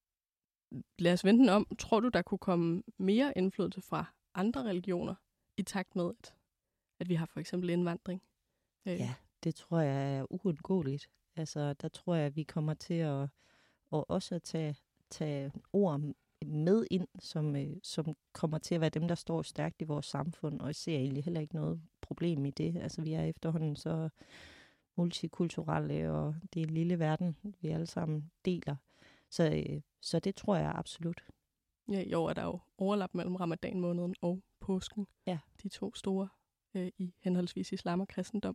lad os vente den om. Tror du, der kunne komme mere indflydelse fra andre religioner i takt med, at, at vi har for eksempel indvandring? Øh. Ja, det tror jeg er uundgåeligt. Altså, der tror jeg, at vi kommer til at, at også at tage, tage ord med ind, som, øh, som kommer til at være dem, der står stærkt i vores samfund, og jeg ser egentlig heller ikke noget problem i det. Altså, vi er efterhånden så multikulturelle, og det er en lille verden, vi alle sammen deler. Så, øh, så det tror jeg absolut. Ja, i år er der jo overlap mellem ramadanmåneden og påsken. Ja. De to store øh, i henholdsvis islam og kristendom.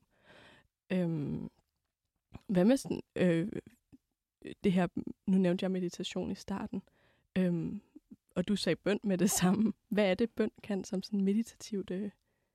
Øhm, hvad med sådan, øh, det her, nu nævnte jeg meditation i starten, øhm, og du sagde bøn med det samme. Hvad er det, bøn kan som sådan meditativt øh,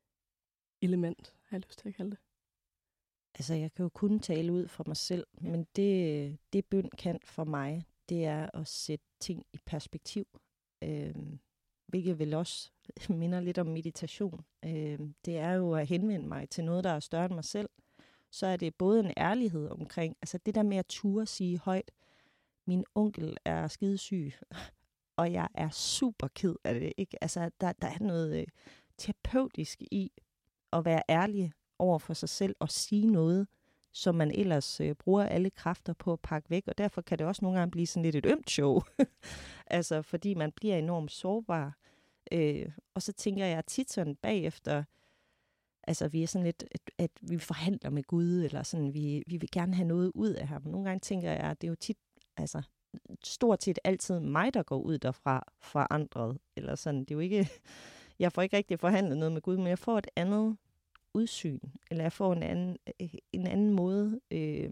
element, har jeg lyst til at kalde det? Altså, jeg kan jo kun tale ud for mig selv, men det, det bøn kan for mig, det er at sætte ting i perspektiv, øh, hvilket vel også minder lidt om meditation. Øh, det er jo at henvende mig til noget, der er større end mig selv. Så er det både en ærlighed omkring, altså det der med at ture sige højt, min onkel er skidesyg, og jeg er super ked af det. Ikke? Altså, der, der er noget øh, terapeutisk i at være ærlig over for sig selv og sige noget, som man ellers øh, bruger alle kræfter på at pakke væk. Og derfor kan det også nogle gange blive sådan lidt et ømt show. Altså, fordi man bliver enormt sårbar. Øh, og så tænker jeg tit sådan bagefter, altså vi er sådan lidt, at, at vi forhandler med Gud, eller sådan, vi, vi vil gerne have noget ud af ham. Nogle gange tænker jeg, at det er jo tit, altså stort set altid mig, der går ud derfra forandret. Eller sådan, det er jo ikke, jeg får ikke rigtig forhandlet noget med Gud, men jeg får et andet udsyn, eller jeg får en anden, en anden måde øh,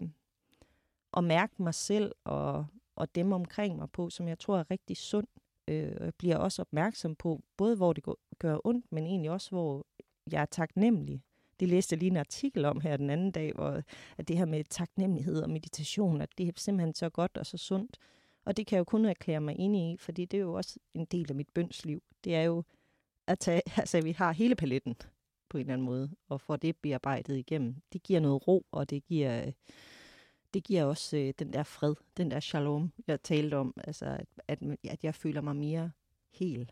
at mærke mig selv og, og dem omkring mig på, som jeg tror er rigtig sund. Øh, jeg bliver også opmærksom på, både hvor det går, gør ondt, men egentlig også, hvor jeg er taknemmelig. Det læste jeg lige en artikel om her den anden dag, hvor at det her med taknemmelighed og meditation, at det er simpelthen så godt og så sundt. Og det kan jeg jo kun erklære mig inde i, fordi det er jo også en del af mit bønsliv. Det er jo at tage, altså vi har hele paletten på en eller anden måde, og får det bearbejdet igennem. Det giver noget ro, og det giver, det giver også øh, den der fred, den der shalom, jeg talte om, altså at, at, at jeg føler mig mere hel.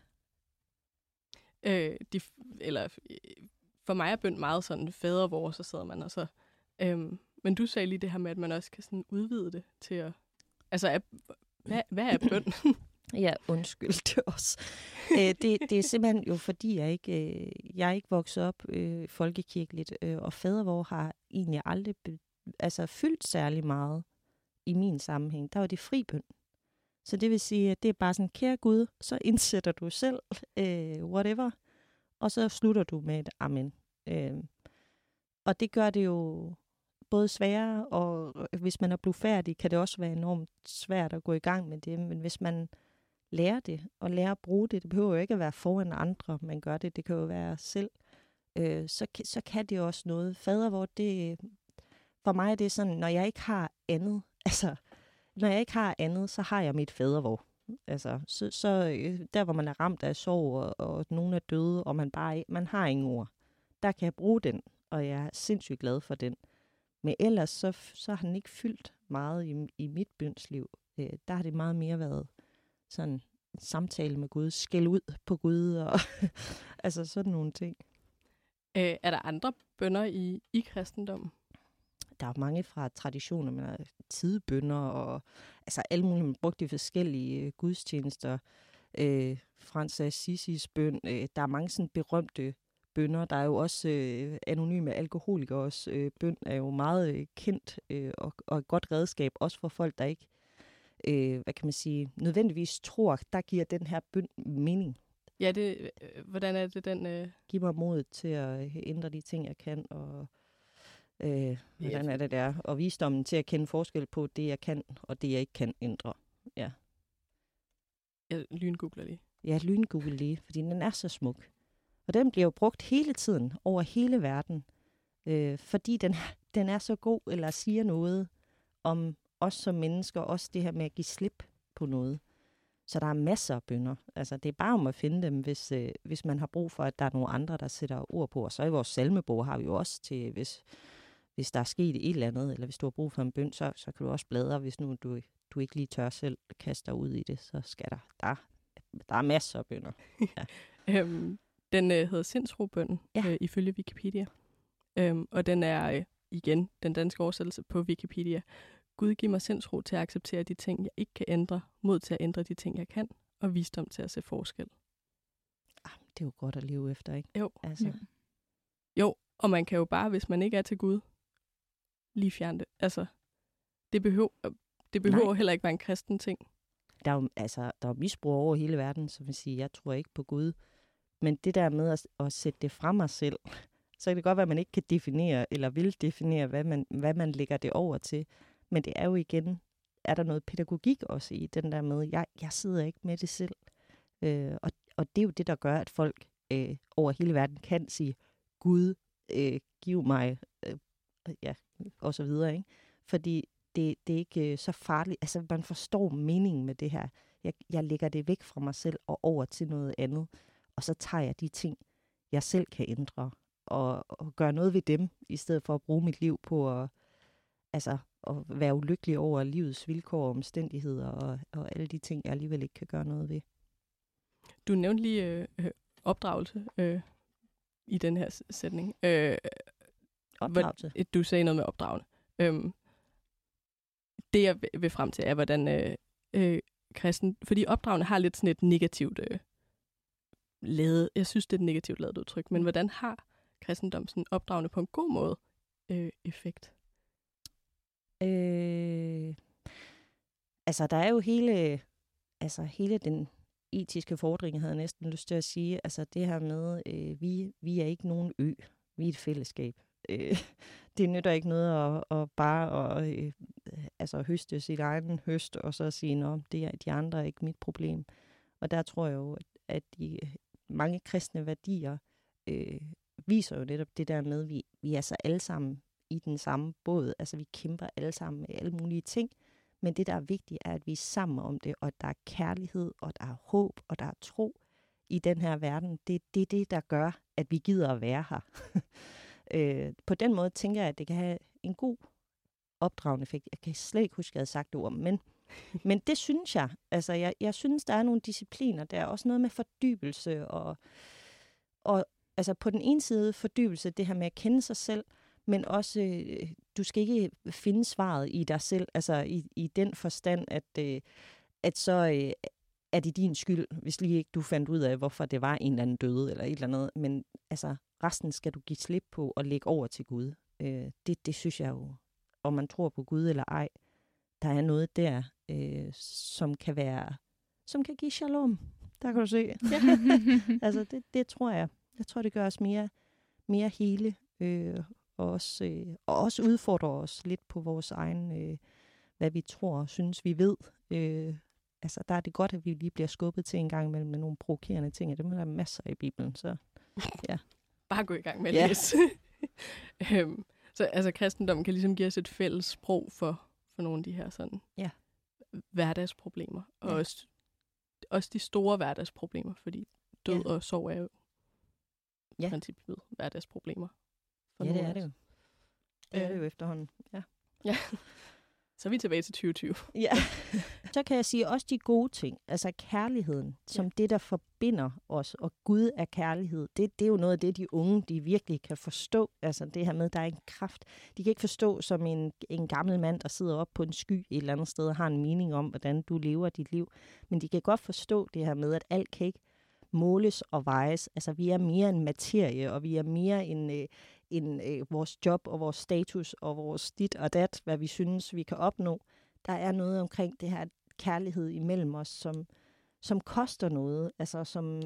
Øh, de, eller for mig er bøn meget sådan fader vor, så sidder man og så. Øhm, men du sagde lige det her med, at man også kan sådan udvide det til at, altså er, hvad, hvad er bøn? Ja, undskyld det også. Æ, det, det er simpelthen jo fordi, jeg ikke, øh, jeg er ikke vokset op øh, folkekirkeligt, øh, og fadervor har egentlig aldrig be, altså, fyldt særlig meget i min sammenhæng. Der var det fri bøn. Så det vil sige, at det er bare sådan, kære Gud, så indsætter du selv, øh, whatever, og så slutter du med et amen. Øh, og det gør det jo både sværere, og hvis man er blufærdig, kan det også være enormt svært at gå i gang med det. Men hvis man lærer det, og lærer at bruge det, det behøver jo ikke at være foran andre, man gør det, det kan jo være selv, øh, så, så kan det også noget. Fader, hvor det, for mig er det sådan, når jeg ikke har andet, altså, når jeg ikke har andet, så har jeg mit fadervor. Altså, så, så der, hvor man er ramt af sorg, og, og nogen er døde, og man bare man har ingen ord, der kan jeg bruge den, og jeg er sindssygt glad for den. Men ellers, så, så har den ikke fyldt meget i, i mit bønsliv. Øh, der har det meget mere været sådan en samtale med Gud, skæld ud på Gud, og altså sådan nogle ting. Øh, er der andre bønner i, i kristendommen? Der er mange fra traditioner, men der tidebønner, og altså alle mulige, man brugte de forskellige øh, gudstjenester. Øh, Frans af Assisis bøn, øh, der er mange sådan berømte bønner. Der er jo også øh, anonyme alkoholikers øh, bøn, er jo meget øh, kendt øh, og, og et godt redskab, også for folk, der ikke, øh, hvad kan man sige, nødvendigvis tror, der giver den her bøn mening. Ja, det, øh, hvordan er det den... Øh... Giv mig modet til at ændre de ting, jeg kan, og øh, hvordan er det der? Og visdommen til at kende forskel på det, jeg kan, og det, jeg ikke kan ændre. Ja. Jeg lyngoogler lige. Ja, lyngoogle lige, fordi den er så smuk. Og den bliver jo brugt hele tiden, over hele verden, øh, fordi den, den er så god, eller siger noget om os som mennesker, også det her med at give slip på noget. Så der er masser af bønner. Altså, det er bare om at finde dem, hvis, øh, hvis man har brug for, at der er nogle andre, der sætter ord på. Og så i vores salmebog har vi jo også til, hvis, hvis der er sket et eller andet, eller hvis du har brug for en bøn, så, så kan du også bladre, hvis nu du, du ikke lige tør selv kaste dig ud i det, så skal der, der, der er masser af bønner. Ja. øhm, den øh, hedder Sindsrobønnen, ja. øh, ifølge Wikipedia. Øhm, og den er, øh, igen, den danske oversættelse på Wikipedia. Gud giver mig sindsro til at acceptere de ting, jeg ikke kan ændre, mod til at ændre de ting, jeg kan, og visdom til at se forskel. Ah, det er jo godt at leve efter, ikke? Jo. Altså. Jo. jo, og man kan jo bare, hvis man ikke er til Gud, lige fjerne det. Altså, det behøver, det behøver heller ikke være en kristen ting. Der er jo altså, der er misbrug over hele verden, som vil sige, jeg tror ikke på Gud. Men det der med at, at sætte det fra mig selv, så kan det godt være, at man ikke kan definere, eller vil definere, hvad man, hvad man lægger det over til. Men det er jo igen, er der noget pædagogik også i den der med, jeg, jeg sidder ikke med det selv. Øh, og, og det er jo det, der gør, at folk øh, over hele verden kan sige, Gud, øh, giv mig, øh, ja, og så videre, ikke? Fordi det, det er ikke øh, så farligt. Altså, man forstår meningen med det her. Jeg, jeg lægger det væk fra mig selv og over til noget andet. Og så tager jeg de ting, jeg selv kan ændre, og, og gøre noget ved dem, i stedet for at bruge mit liv på at, altså, at være ulykkelig over livets vilkår og omstændigheder, og, og alle de ting, jeg alligevel ikke kan gøre noget ved. Du nævnte lige øh, opdragelse øh, i den her sætning. Øh, opdragelse? Hvor, du sagde noget med opdragende. Øhm, det, jeg vil frem til, er, hvordan øh, øh, kristen... Fordi opdragende har lidt sådan et negativt... Øh, lavet, jeg synes, det er et negativt lavet udtryk, men hvordan har kristendom sådan opdragende på en god måde øh, effekt? Øh, altså, der er jo hele, altså, hele den etiske fordring, havde jeg næsten lyst til at sige. Altså, det her med, øh, vi, vi er ikke nogen ø, vi er et fællesskab. Øh, det nytter ikke noget at, at bare at, øh, altså, høste sit egen høst, og så sige, at det er, de andre er ikke mit problem. Og der tror jeg jo, at de mange kristne værdier øh, viser jo netop det der med, at vi, vi er så alle sammen i den samme båd. Altså, vi kæmper alle sammen med alle mulige ting. Men det, der er vigtigt, er, at vi er sammen om det, og at der er kærlighed, og der er håb, og der er tro i den her verden. Det er det, det, der gør, at vi gider at være her. øh, på den måde tænker jeg, at det kan have en god opdragende effekt. Jeg kan slet ikke huske, at jeg havde sagt det ord, men, men det synes jeg. Altså, jeg, jeg synes, der er nogle discipliner. Der er også noget med fordybelse, og, og altså, på den ene side fordybelse, det her med at kende sig selv, men også, øh, du skal ikke finde svaret i dig selv, altså i, i den forstand, at, øh, at så øh, er det din skyld, hvis lige ikke du fandt ud af, hvorfor det var en eller anden døde, eller et eller andet. Men altså, resten skal du give slip på og lægge over til Gud. Øh, det, det synes jeg jo, om man tror på Gud eller ej, der er noget der, øh, som kan være, som kan give shalom. Der kan du se. Ja. altså, det, det tror jeg. Jeg tror, det gør os mere, mere hele, øh, og også, øh, og også udfordrer os lidt på vores egen, øh, hvad vi tror og synes, vi ved. Øh, altså, der er det godt, at vi lige bliver skubbet til en gang imellem med nogle provokerende ting, og det må der masser i Bibelen, så ja. Bare gå i gang med at ja. læse. øhm, så altså, kristendommen kan ligesom give os et fælles sprog for, for nogle af de her sådan ja. hverdagsproblemer, og ja. også, også de store hverdagsproblemer, fordi død ja. og sorg er jo i ja. princippet hverdagsproblemer. Ja, det er det jo. Det er det jo efterhånden, ja. Ja. Så er vi tilbage til tyve tyve. Ja. Så kan jeg sige også de gode ting. Altså kærligheden, som ja. det, der forbinder os. Og Gud er kærlighed. Det, det er jo noget af det, de unge de virkelig kan forstå. Altså det her med, at der er en kraft. De kan ikke forstå som en, en gammel mand, der sidder oppe på en sky et eller andet sted og har en mening om, hvordan du lever dit liv. Men de kan godt forstå det her med, at alt kan ikke måles og vejes. Altså vi er mere end materie, og vi er mere end... Øh, end øh, vores job og vores status og vores dit og dat, hvad vi synes, vi kan opnå. Der er noget omkring det her kærlighed imellem os, som, som koster noget, altså som,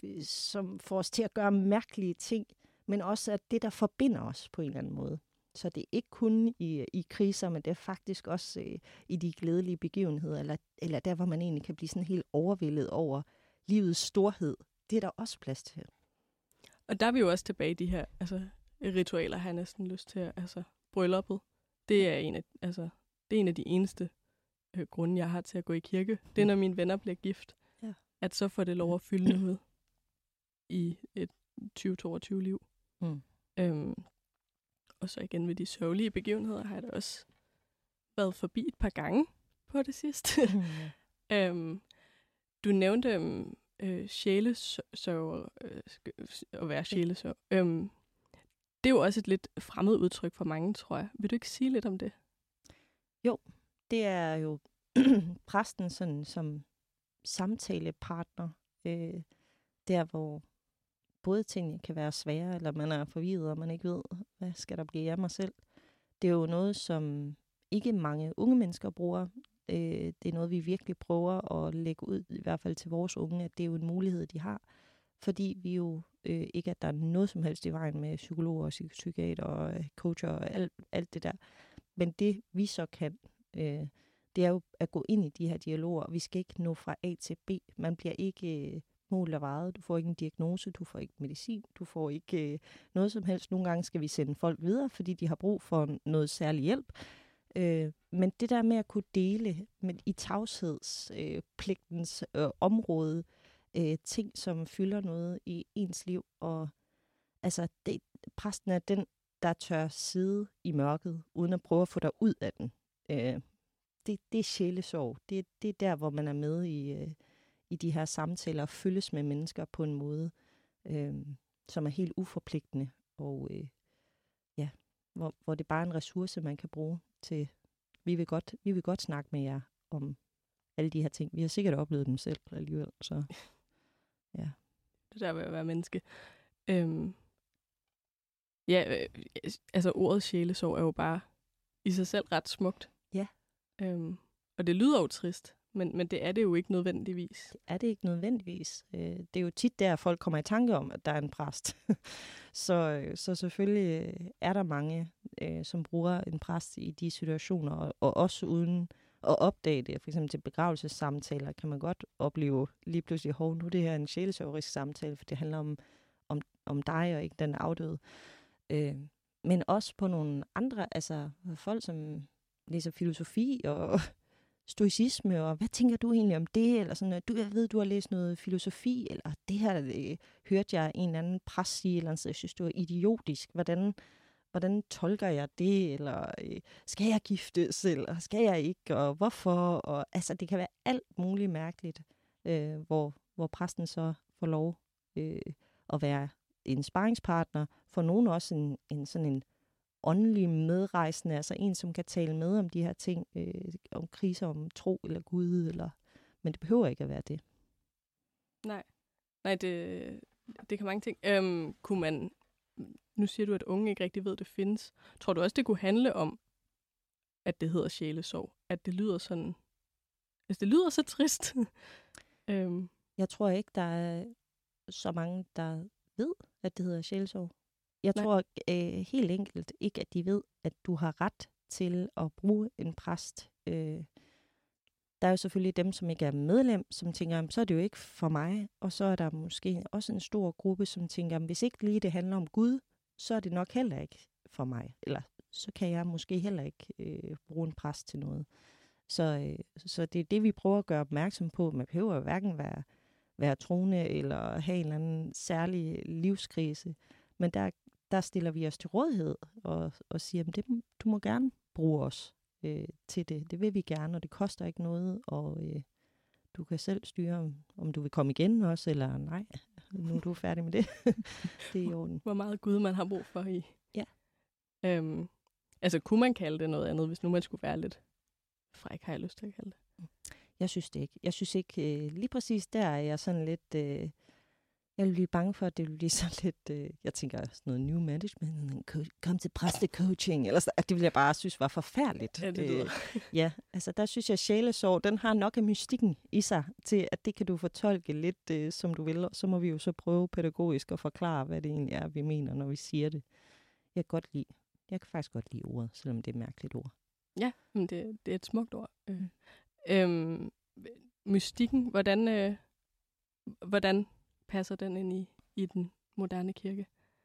som får os til at gøre mærkelige ting, men også at det, der forbinder os på en eller anden måde. Så det er ikke kun i, i kriser, men det er faktisk også øh, i de glædelige begivenheder, eller, eller der, hvor man egentlig kan blive sådan helt overvældet over livets storhed. Det er der også plads til. Og der er vi jo også tilbage i de her altså, ritualer, har jeg næsten lyst til. Altså, brylluppet, det er en af, altså, det er en af de eneste øh, grunde, jeg har til at gå i kirke. Det er, når mine venner bliver gift. Ja. At så får det lov at fylde noget i et tyve toogtyve-liv. Mm. Øhm, og så igen ved de sørgelige begivenheder, har jeg da også været forbi et par gange på det sidste. Mm. øhm, du nævnte øhm, øh, sjælesørg, øh, at være sjælesørg. Øhm, det er jo også et lidt fremmed udtryk for mange, tror jeg. Vil du ikke sige lidt om det? Jo, det er jo præsten sådan, som samtalepartner. Øh, der, hvor både tingene kan være svære, eller man er forvirret, og man ikke ved, hvad skal der blive af mig selv. Det er jo noget, som ikke mange unge mennesker bruger. Øh, det er noget, vi virkelig prøver at lægge ud, i hvert fald til vores unge, at det er jo en mulighed, de har. Fordi vi jo øh, ikke, at der er noget som helst i vejen med psykologer og psykiater og coacher og alt, alt det der. Men det, vi så kan, øh, det er jo at gå ind i de her dialoger. Vi skal ikke nå fra A til B. Man bliver ikke øh, målt og vejet. Du får ikke en diagnose, du får ikke medicin, du får ikke øh, noget som helst. Nogle gange skal vi sende folk videre, fordi de har brug for noget særlig hjælp. Øh, men det der med at kunne dele med, i tavshedspligtens øh, øh, område, øh, ting, som fylder noget i ens liv, og altså, det, præsten er den, der tør sidde i mørket, uden at prøve at få dig ud af den. Øh, det, det er sjælesorg. Det, det er der, hvor man er med i, øh, i de her samtaler og følges med mennesker på en måde, øh, som er helt uforpligtende, og øh, ja, hvor, hvor det bare er en ressource, man kan bruge til, vi vil godt, vi vil godt snakke med jer om alle de her ting. Vi har sikkert oplevet dem selv alligevel, så ja. Det der med at være menneske. Øhm, ja, øh, altså ordet sjælesorg er jo bare i sig selv ret smukt. Ja. Øhm, og det lyder jo trist, men, men det er det jo ikke nødvendigvis. Det er det ikke nødvendigvis. Det er jo tit der, folk kommer i tanke om, at der er en præst. så, så selvfølgelig er der mange, øh, som bruger en præst i de situationer, og, og også uden at opdage det. For eksempel til begravelsessamtaler kan man godt opleve lige pludselig, hov, nu er det her en sjælesørgerisk samtale, for det handler om, om, om dig og ikke den afdøde. Øh, men også på nogle andre, altså folk, som læser filosofi og stoicisme, og hvad tænker du egentlig om det? Eller sådan, du, jeg ved, du har læst noget filosofi, eller det her øh, hørte jeg en eller anden præst sige, eller andet, så jeg synes, det var idiotisk. Hvordan, hvordan tolker jeg det? Eller øh, skal jeg giftes? Eller skal jeg ikke? Og hvorfor? Og, altså, det kan være alt muligt mærkeligt, øh, hvor, hvor præsten så får lov øh, at være en sparringspartner. For nogen også en, en sådan en åndelig medrejsende, altså en, som kan tale med om de her ting, øh, om kriser, om tro eller Gud, eller, men det behøver ikke at være det. Nej, Nej det, det kan mange ting. Øhm, kunne man, nu siger du, at unge ikke rigtig ved, at det findes. Tror du også, det kunne handle om, at det hedder sjælesorg? At det lyder sådan, altså det lyder så trist. øhm. Jeg tror ikke, der er så mange, der ved, at det hedder sjælesorg. Jeg Nej. tror øh, helt enkelt ikke, at de ved, at du har ret til at bruge en præst. Øh, der er jo selvfølgelig dem, som ikke er medlem, som tænker, så er det jo ikke for mig. Og så er der måske også en stor gruppe, som tænker, hvis ikke lige det handler om Gud, så er det nok heller ikke for mig. Eller så kan jeg måske heller ikke øh, bruge en præst til noget. Så, øh, så det er det, vi prøver at gøre opmærksom på. Man behøver jo hverken være, være troende eller have en eller anden særlig livskrise. Men der, der stiller vi os til rådighed og, og siger, at det, du må gerne bruge os øh, til det. Det vil vi gerne, og det koster ikke noget. Og øh, du kan selv styre, om, om du vil komme igen også, eller nej, nu er du færdig med det. Det er i orden. Hvor meget Gud man har brug for i. Ja. Øhm, altså, kunne man kalde det noget andet, hvis nu man skulle være lidt fræk, har jeg lyst til at kalde det? Jeg synes det ikke. Jeg synes ikke, øh, lige præcis der er jeg sådan lidt... Øh, Jeg vil blive bange for, at det vil blive sådan lidt, øh, jeg tænker sådan noget new management, kom til præstecoaching, eller så, at det ville jeg bare synes var forfærdeligt. Ja, det lyder. Øh, ja, altså der synes jeg, at sjælesorg, den har nok af mystikken i sig, til at det kan du fortolke lidt, øh, som du vil, og så må vi jo så prøve pædagogisk at forklare, hvad det egentlig er, vi mener, når vi siger det. Jeg kan godt lide, jeg kan faktisk godt lide ordet, selvom det er et mærkeligt ord. Ja, men det, det er et smukt ord. Øh. Øhm, mystikken, hvordan, øh, hvordan passer den ind i, i den moderne kirke?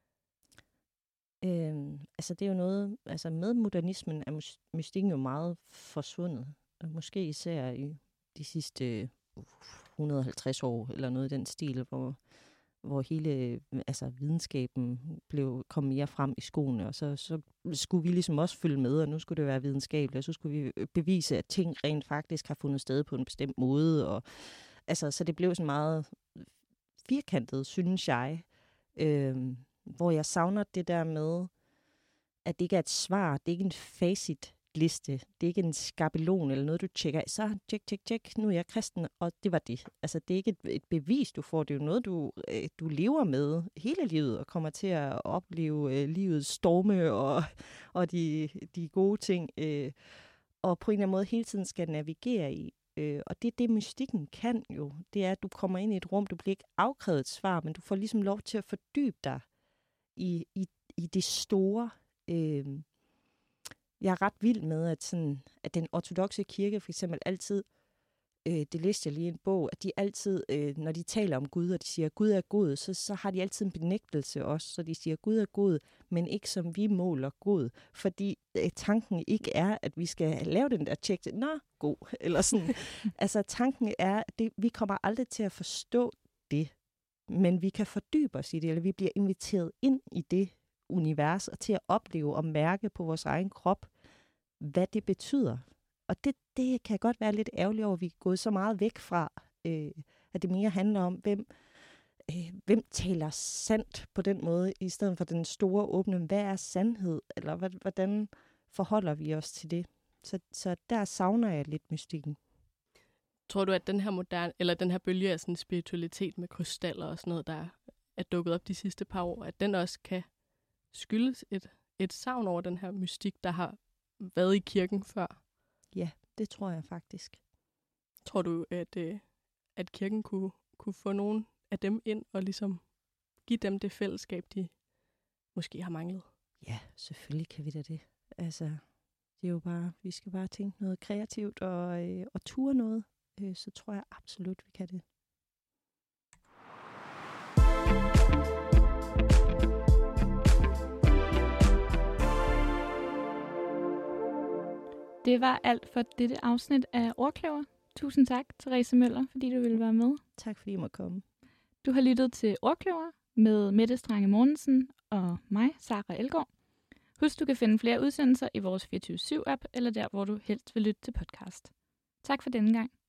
Øhm, altså det er jo noget, altså med modernismen er mystikken jo meget forsvundet. Og måske især i de sidste et hundrede og halvtreds år, eller noget i den stil, hvor, hvor hele altså videnskaben blev kom mere frem i skoene, og så, så skulle vi ligesom også følge med, og nu skulle det være videnskabeligt, og så skulle vi bevise, at ting rent faktisk har fundet sted på en bestemt måde, og altså, så det blev sådan meget firkantet, synes jeg, øhm, hvor jeg savner det der med, at det ikke er et svar, det er ikke en facitliste, det er ikke en skabelon eller noget, du tjekker af. Så tjek, tjek, tjek, nu er jeg kristen, og det var det. Altså, det er ikke et, et bevis, du får, det er jo noget, du, øh, du lever med hele livet, og kommer til at opleve øh, livets storme og, og de, de gode ting, øh, og på en eller anden måde hele tiden skal navigere i. Øh, og det er det, mystikken kan jo. Det er, at du kommer ind i et rum, du bliver ikke afkrævet et svar, men du får ligesom lov til at fordybe dig i, i, i det store. Øh, jeg er ret vild med, at, sådan, at den ortodokse kirke for eksempel altid, øh, det læste jeg lige i en bog, at de altid, øh, når de taler om Gud, og de siger, at Gud er god, så, så har de altid en benægtelse også. Så de siger, at Gud er god, men ikke som vi måler god. Fordi øh, tanken ikke er, at vi skal lave den der tjek til, nå, god, eller sådan. Altså tanken er, at det, vi kommer aldrig til at forstå det, men vi kan fordybe os i det, eller vi bliver inviteret ind i det univers, og til at opleve og mærke på vores egen krop, hvad det betyder. Og det, det kan godt være lidt ærgerligt over, at vi er gået så meget væk fra, øh, at det mere handler om, hvem, øh, hvem taler sandt på den måde, i stedet for den store åbne, hvad er sandhed, eller hvordan forholder vi os til det. Så, så der savner jeg lidt mystikken. Tror du, at den her moderne, eller den her bølge af sådan spiritualitet med krystaller og sådan noget, der er dukket op de sidste par år, at den også kan skyldes et, et savn over den her mystik, der har været i kirken før? Ja, det tror jeg faktisk. Tror du, at, øh, at kirken kunne, kunne få nogen af dem ind og ligesom give dem det fællesskab, de måske har manglet? Ja, selvfølgelig kan vi da det. Altså, det er jo bare, vi skal bare tænke noget kreativt og, øh, og ture noget. Øh, så tror jeg absolut, vi kan det. Det var alt for dette afsnit af Ordkløver. Tusind tak, Therese Møller, fordi du ville være med. Tak fordi jeg måtte komme. Du har lyttet til Ordkløver med Mette Strange Mortensen og mig, Sara Elgaard. Husk, du kan finde flere udsendelser i vores fireogtyve syv app, eller der, hvor du helst vil lytte til podcast. Tak for denne gang.